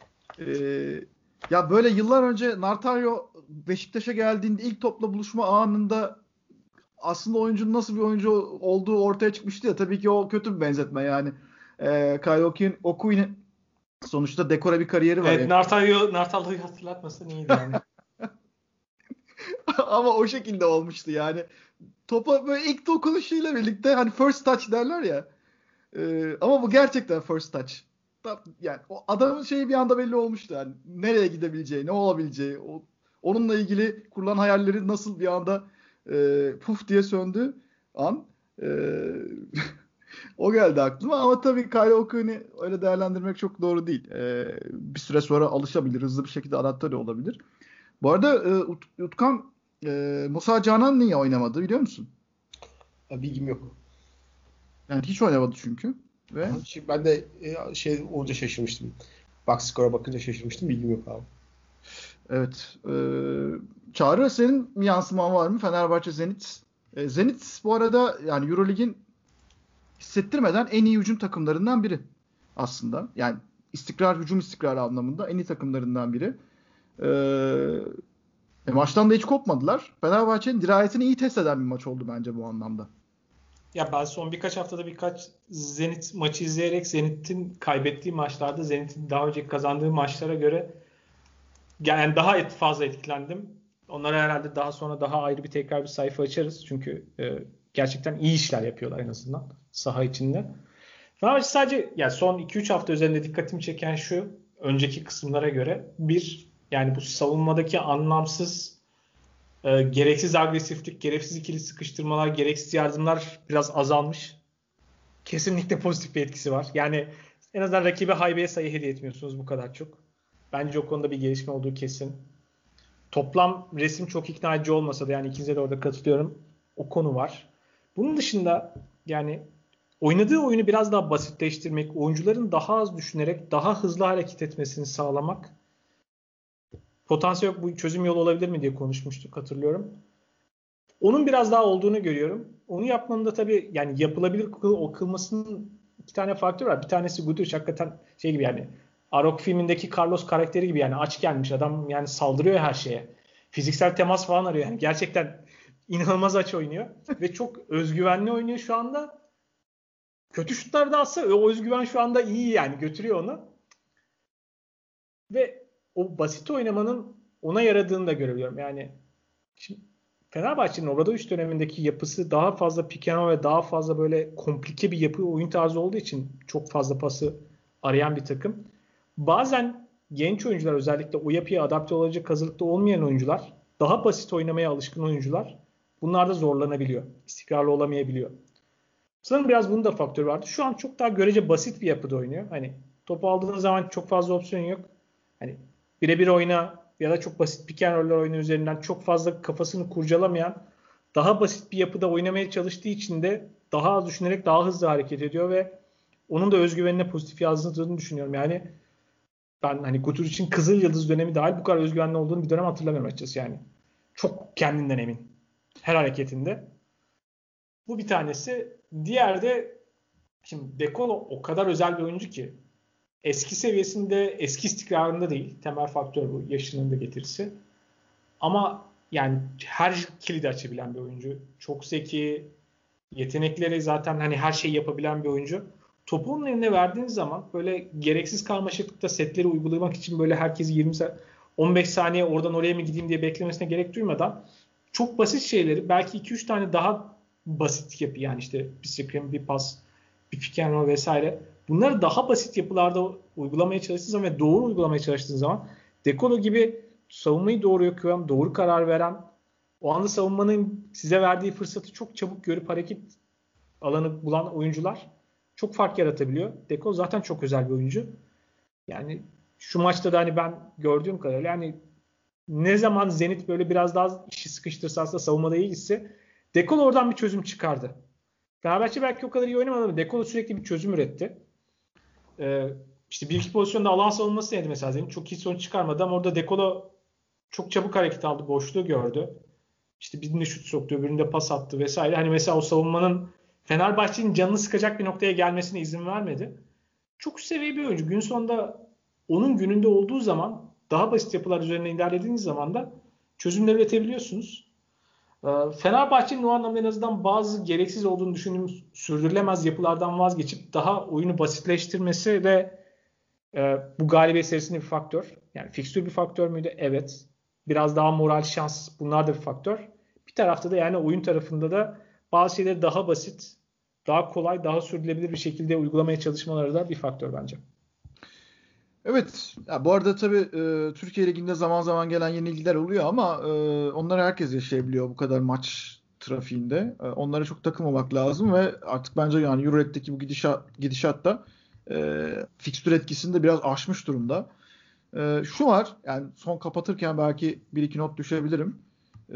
Ee, ya böyle yıllar önce Nartario Beşiktaş'a geldiğinde ilk topla buluşma anında aslında oyuncunun nasıl bir oyuncu olduğu ortaya çıkmıştı ya. Tabii ki o kötü bir benzetme yani. Ee, Kyle O'Quinn sonuçta dekora bir kariyeri var. Evet, Nartalyo, Nartalyo'yu hatırlatmasın iyiydi yani. Ama o şekilde olmuştu yani. Topa böyle ilk dokunuşuyla birlikte hani first touch derler ya. Ee, ama bu gerçekten first touch. Yani o adamın şeyi bir anda belli olmuştu. Yani nereye gidebileceği, ne olabileceği, o, onunla ilgili kurulan hayalleri nasıl bir anda e, puf diye söndü an. E, o geldi aklıma ama tabii Kyle O'Quinn'i öyle değerlendirmek çok doğru değil. E, bir süre sonra alışabilir, hızlı bir şekilde adapte de olabilir. Bu arada e, Ut- Utkan e, Musa Canan niye oynamadı biliyor musun? Ya, bilgim yok. Yani hiç oynamadı çünkü. Ve Ben de şey olunca şaşırmıştım. Box score'a bakınca şaşırmıştım. Bilgim yok abi. evet. E, Çağrı senin yansıman var mı? Fenerbahçe Zenit. E, Zenit bu arada yani Eurolig'in hissettirmeden en iyi hücum takımlarından biri aslında. Yani istikrar, hücum istikrarı anlamında en iyi takımlarından biri. E, e, maçtan da hiç kopmadılar. Fenerbahçe'nin dirayetini iyi test eden bir maç oldu bence bu anlamda. Ya ben son birkaç haftada birkaç Zenit maçı izleyerek Zenit'in kaybettiği maçlarda Zenit'in daha önce kazandığı maçlara göre yani daha et, fazla etkilendim. Onlara herhalde daha sonra daha ayrı bir tekrar bir sayfa açarız. Çünkü e, gerçekten iyi işler yapıyorlar en azından saha içinde. Fenerbahçe sadece yani son iki üç hafta üzerinde dikkatimi çeken şu, önceki kısımlara göre bir, yani bu savunmadaki anlamsız e, gereksiz agresiflik, gereksiz ikili sıkıştırmalar, gereksiz yardımlar biraz azalmış. Kesinlikle pozitif bir etkisi var. Yani en azından rakibe haybeye sayı hediye etmiyorsunuz bu kadar çok. Bence o konuda bir gelişme olduğu kesin. Toplam resim çok ikna edici olmasa da yani ikinize de orada katılıyorum. O konu var. Bunun dışında yani oynadığı oyunu biraz daha basitleştirmek, oyuncuların daha az düşünerek daha hızlı hareket etmesini sağlamak, potansiyel bu çözüm yolu olabilir mi diye konuşmuştuk, hatırlıyorum. Onun biraz daha olduğunu görüyorum. Onu yapmanın da tabii yani yapılabilir kıl, kılmasının iki tane faktör var. Bir tanesi Guduric hakikaten şey gibi, yani Arok filmindeki Carlos karakteri gibi, yani aç gelmiş adam, yani saldırıyor her şeye. Fiziksel temas falan arıyor. Yani gerçekten inanılmaz aç oynuyor ve çok özgüvenli oynuyor şu anda. Kötü şutlar da atsa o özgüven şu anda iyi, yani götürüyor onu. Ve o basit oynamanın ona yaradığını da görebiliyorum. Yani şimdi Fenerbahçe'nin Obradoviç dönemindeki yapısı daha fazla pick and roll ve daha fazla böyle komplike bir yapı oyun tarzı olduğu için çok fazla pası arayan bir takım. Bazen genç oyuncular, özellikle o yapıya adapte olacak hazırlıkta olmayan oyuncular, daha basit oynamaya alışkın oyuncular bunlarda zorlanabiliyor. İstikrarlı olamayabiliyor. Sanırım biraz bunun da faktörü vardı. Şu an çok daha görece basit bir yapıda oynuyor. Hani topu aldığın zaman çok fazla opsiyon yok. Hani birebir oyna ya da çok basit pick and roller oyunu üzerinden çok fazla kafasını kurcalamayan, daha basit bir yapıda oynamaya çalıştığı için de daha az düşünerek daha hızlı hareket ediyor ve onun da özgüvenine pozitif yazdığını düşünüyorum. Yani ben hani Gutur için Kızıl Yıldız dönemi dahil bu kadar özgüvenli olduğunu bir dönem hatırlamıyorum açıkçası yani. Çok kendinden emin. Her hareketinde. Bu bir tanesi. Diğer de şimdi De Colo o kadar özel bir oyuncu ki eski seviyesinde, eski istikrarında değil. Temel faktör bu. Yaşının da getirisi. Ama yani her kilidi açabilen bir oyuncu. Çok zeki. Yetenekleri zaten hani her şeyi yapabilen bir oyuncu. Topu onun eline verdiğiniz zaman böyle gereksiz karmaşıklıkta setleri uygulamak için böyle herkesi yirmi on beş saniye oradan oraya mı gideyim diye beklemesine gerek duymadan çok basit şeyleri belki iki üç tane daha basit yapı, yani işte bir screen, bir pas, bir pick and roll vesaire. Bunları daha basit yapılarda uygulamaya çalıştığınız zaman ve doğru uygulamaya çalıştığınız zaman De Colo gibi savunmayı doğru okuyan, doğru karar veren, o anda savunmanın size verdiği fırsatı çok çabuk görüp hareket alanı bulan oyuncular çok fark yaratabiliyor. De Colo zaten çok özel bir oyuncu. Yani şu maçta da hani ben gördüğüm kadarıyla yani ne zaman Zenit böyle biraz daha işi sıkıştırsa, aslında savunmada iyi gitse, De Colo oradan bir çözüm çıkardı. Fenerbahçe belki o kadar iyi oynamadı ama De Colo sürekli bir çözüm üretti. Ee, işte bir iki pozisyonda alan savunması denedi mesela Zenit. Çok iyi sonuç çıkarmadı ama orada De Colo çok çabuk hareket aldı. Boşluğu gördü. İşte birinde şut soktu, öbüründe pas attı vesaire. Hani mesela o savunmanın Fenerbahçe'nin canını sıkacak bir noktaya gelmesine izin vermedi. Çok seviye bir oyuncu. Gün sonunda onun gününde olduğu zaman, daha basit yapılar üzerine ilerlediğiniz zaman da çözümler üretebiliyorsunuz. Fenerbahçe'nin o anlamda en azından bazı gereksiz olduğunu düşündüğümüz sürdürülemez yapılardan vazgeçip daha oyunu basitleştirmesi ve e, bu galibiyet serisinde bir faktör. Yani fikstür bir faktör müydü? Evet. Biraz daha moral, şans, bunlar da bir faktör. Bir tarafta da yani oyun tarafında da bazı şeyleri daha basit, daha kolay, daha sürdürülebilir bir şekilde uygulamaya çalışmaları da bir faktör bence. Evet. Ya bu arada tabii e, Türkiye Ligi'nde zaman zaman gelen yenilgiler oluyor ama e, onları herkes yaşayabiliyor bu kadar maç trafiğinde. E, onlara çok takılmamak lazım ve artık bence yani Euroleague'deki bu gidişat, gidişatta e, fikstür etkisini de biraz aşmış durumda. E, şu var, yani son kapatırken belki bir iki not düşebilirim. E,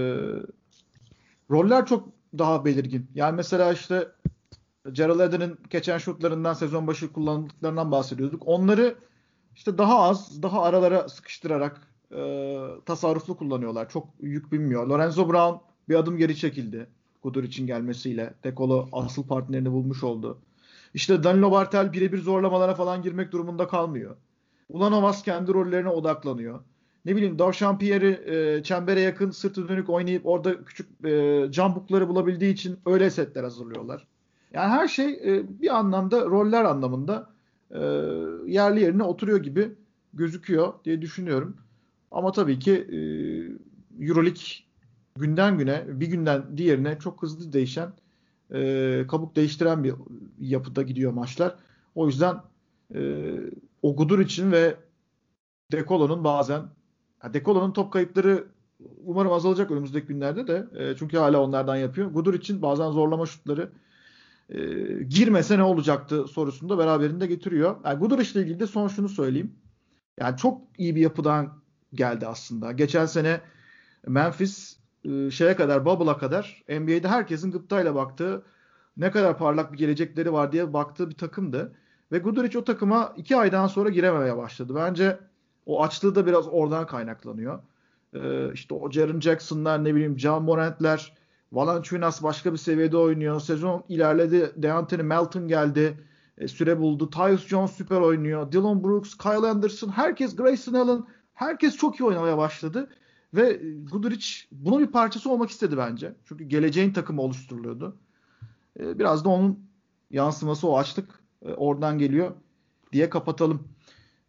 roller çok daha belirgin. Yani mesela işte Gerald Eden'in geçen şutlarından, sezon başı kullandıklarından bahsediyorduk. Onları işte daha az, daha aralara sıkıştırarak e, tasarruflu kullanıyorlar. Çok yük binmiyor. Lorenzo Brown bir adım geri çekildi. Guduric'in gelmesiyle. De Colo asıl partnerini bulmuş oldu. İşte Danilo Bartel birebir zorlamalara falan girmek durumunda kalmıyor. Ulanovas kendi rollerine odaklanıyor. Ne bileyim, Davşampierre'i e, çembere yakın sırtı dönük oynayıp orada küçük e, jumphook'ları bulabildiği için öyle setler hazırlıyorlar. Yani her şey e, bir anlamda roller anlamında e, yerli yerine oturuyor gibi gözüküyor diye düşünüyorum. Ama tabii ki e, Euroleague günden güne, bir günden diğerine çok hızlı değişen, e, kabuk değiştiren bir yapıda gidiyor maçlar. O yüzden e, o Gudur için ve De Colo'nun bazen, De Colo'nun top kayıpları umarım azalacak önümüzdeki günlerde de. E, çünkü hala onlardan yapıyor. Gudur için bazen zorlama şutları e, girmese ne olacaktı sorusunu da beraberinde getiriyor. Yani Guduric ile ilgili de son şunu söyleyeyim. Yani çok iyi bir yapıdan geldi aslında. Geçen sene Memphis e, şeye kadar, Bubble'a kadar N B A'de herkesin gıptayla baktığı, ne kadar parlak bir gelecekleri var diye baktığı bir takımdı. Ve Guduric o takıma iki aydan sonra girememeye başladı. Bence o açlığı da biraz oradan kaynaklanıyor. Ee, işte o Jaren Jackson'lar, ne bileyim Ja Morant'ler, Valanciunas başka bir seviyede oynuyor. Sezon ilerledi. DeAnthony Melton geldi. E, süre buldu. Tyus Jones süper oynuyor. Dillon Brooks, Kyle Anderson, herkes, Grayson Allen, herkes çok iyi oynamaya başladı. Ve Guduric bunun bir parçası olmak istedi bence. Çünkü geleceğin takımı oluşturuluyordu. E, biraz da onun yansıması, o açlık e, oradan geliyor diye kapatalım.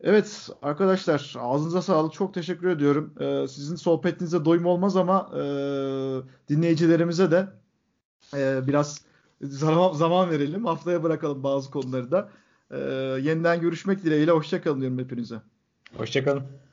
Evet arkadaşlar, ağzınıza sağlık. Çok teşekkür ediyorum. Ee, sizin sohbetinize doyum olmaz ama e, dinleyicilerimize de e, biraz zaman, zaman verelim. Haftaya bırakalım bazı konuları da. Ee, yeniden görüşmek dileğiyle. Hoşça kalın diyorum hepinize. Hoşçakalın.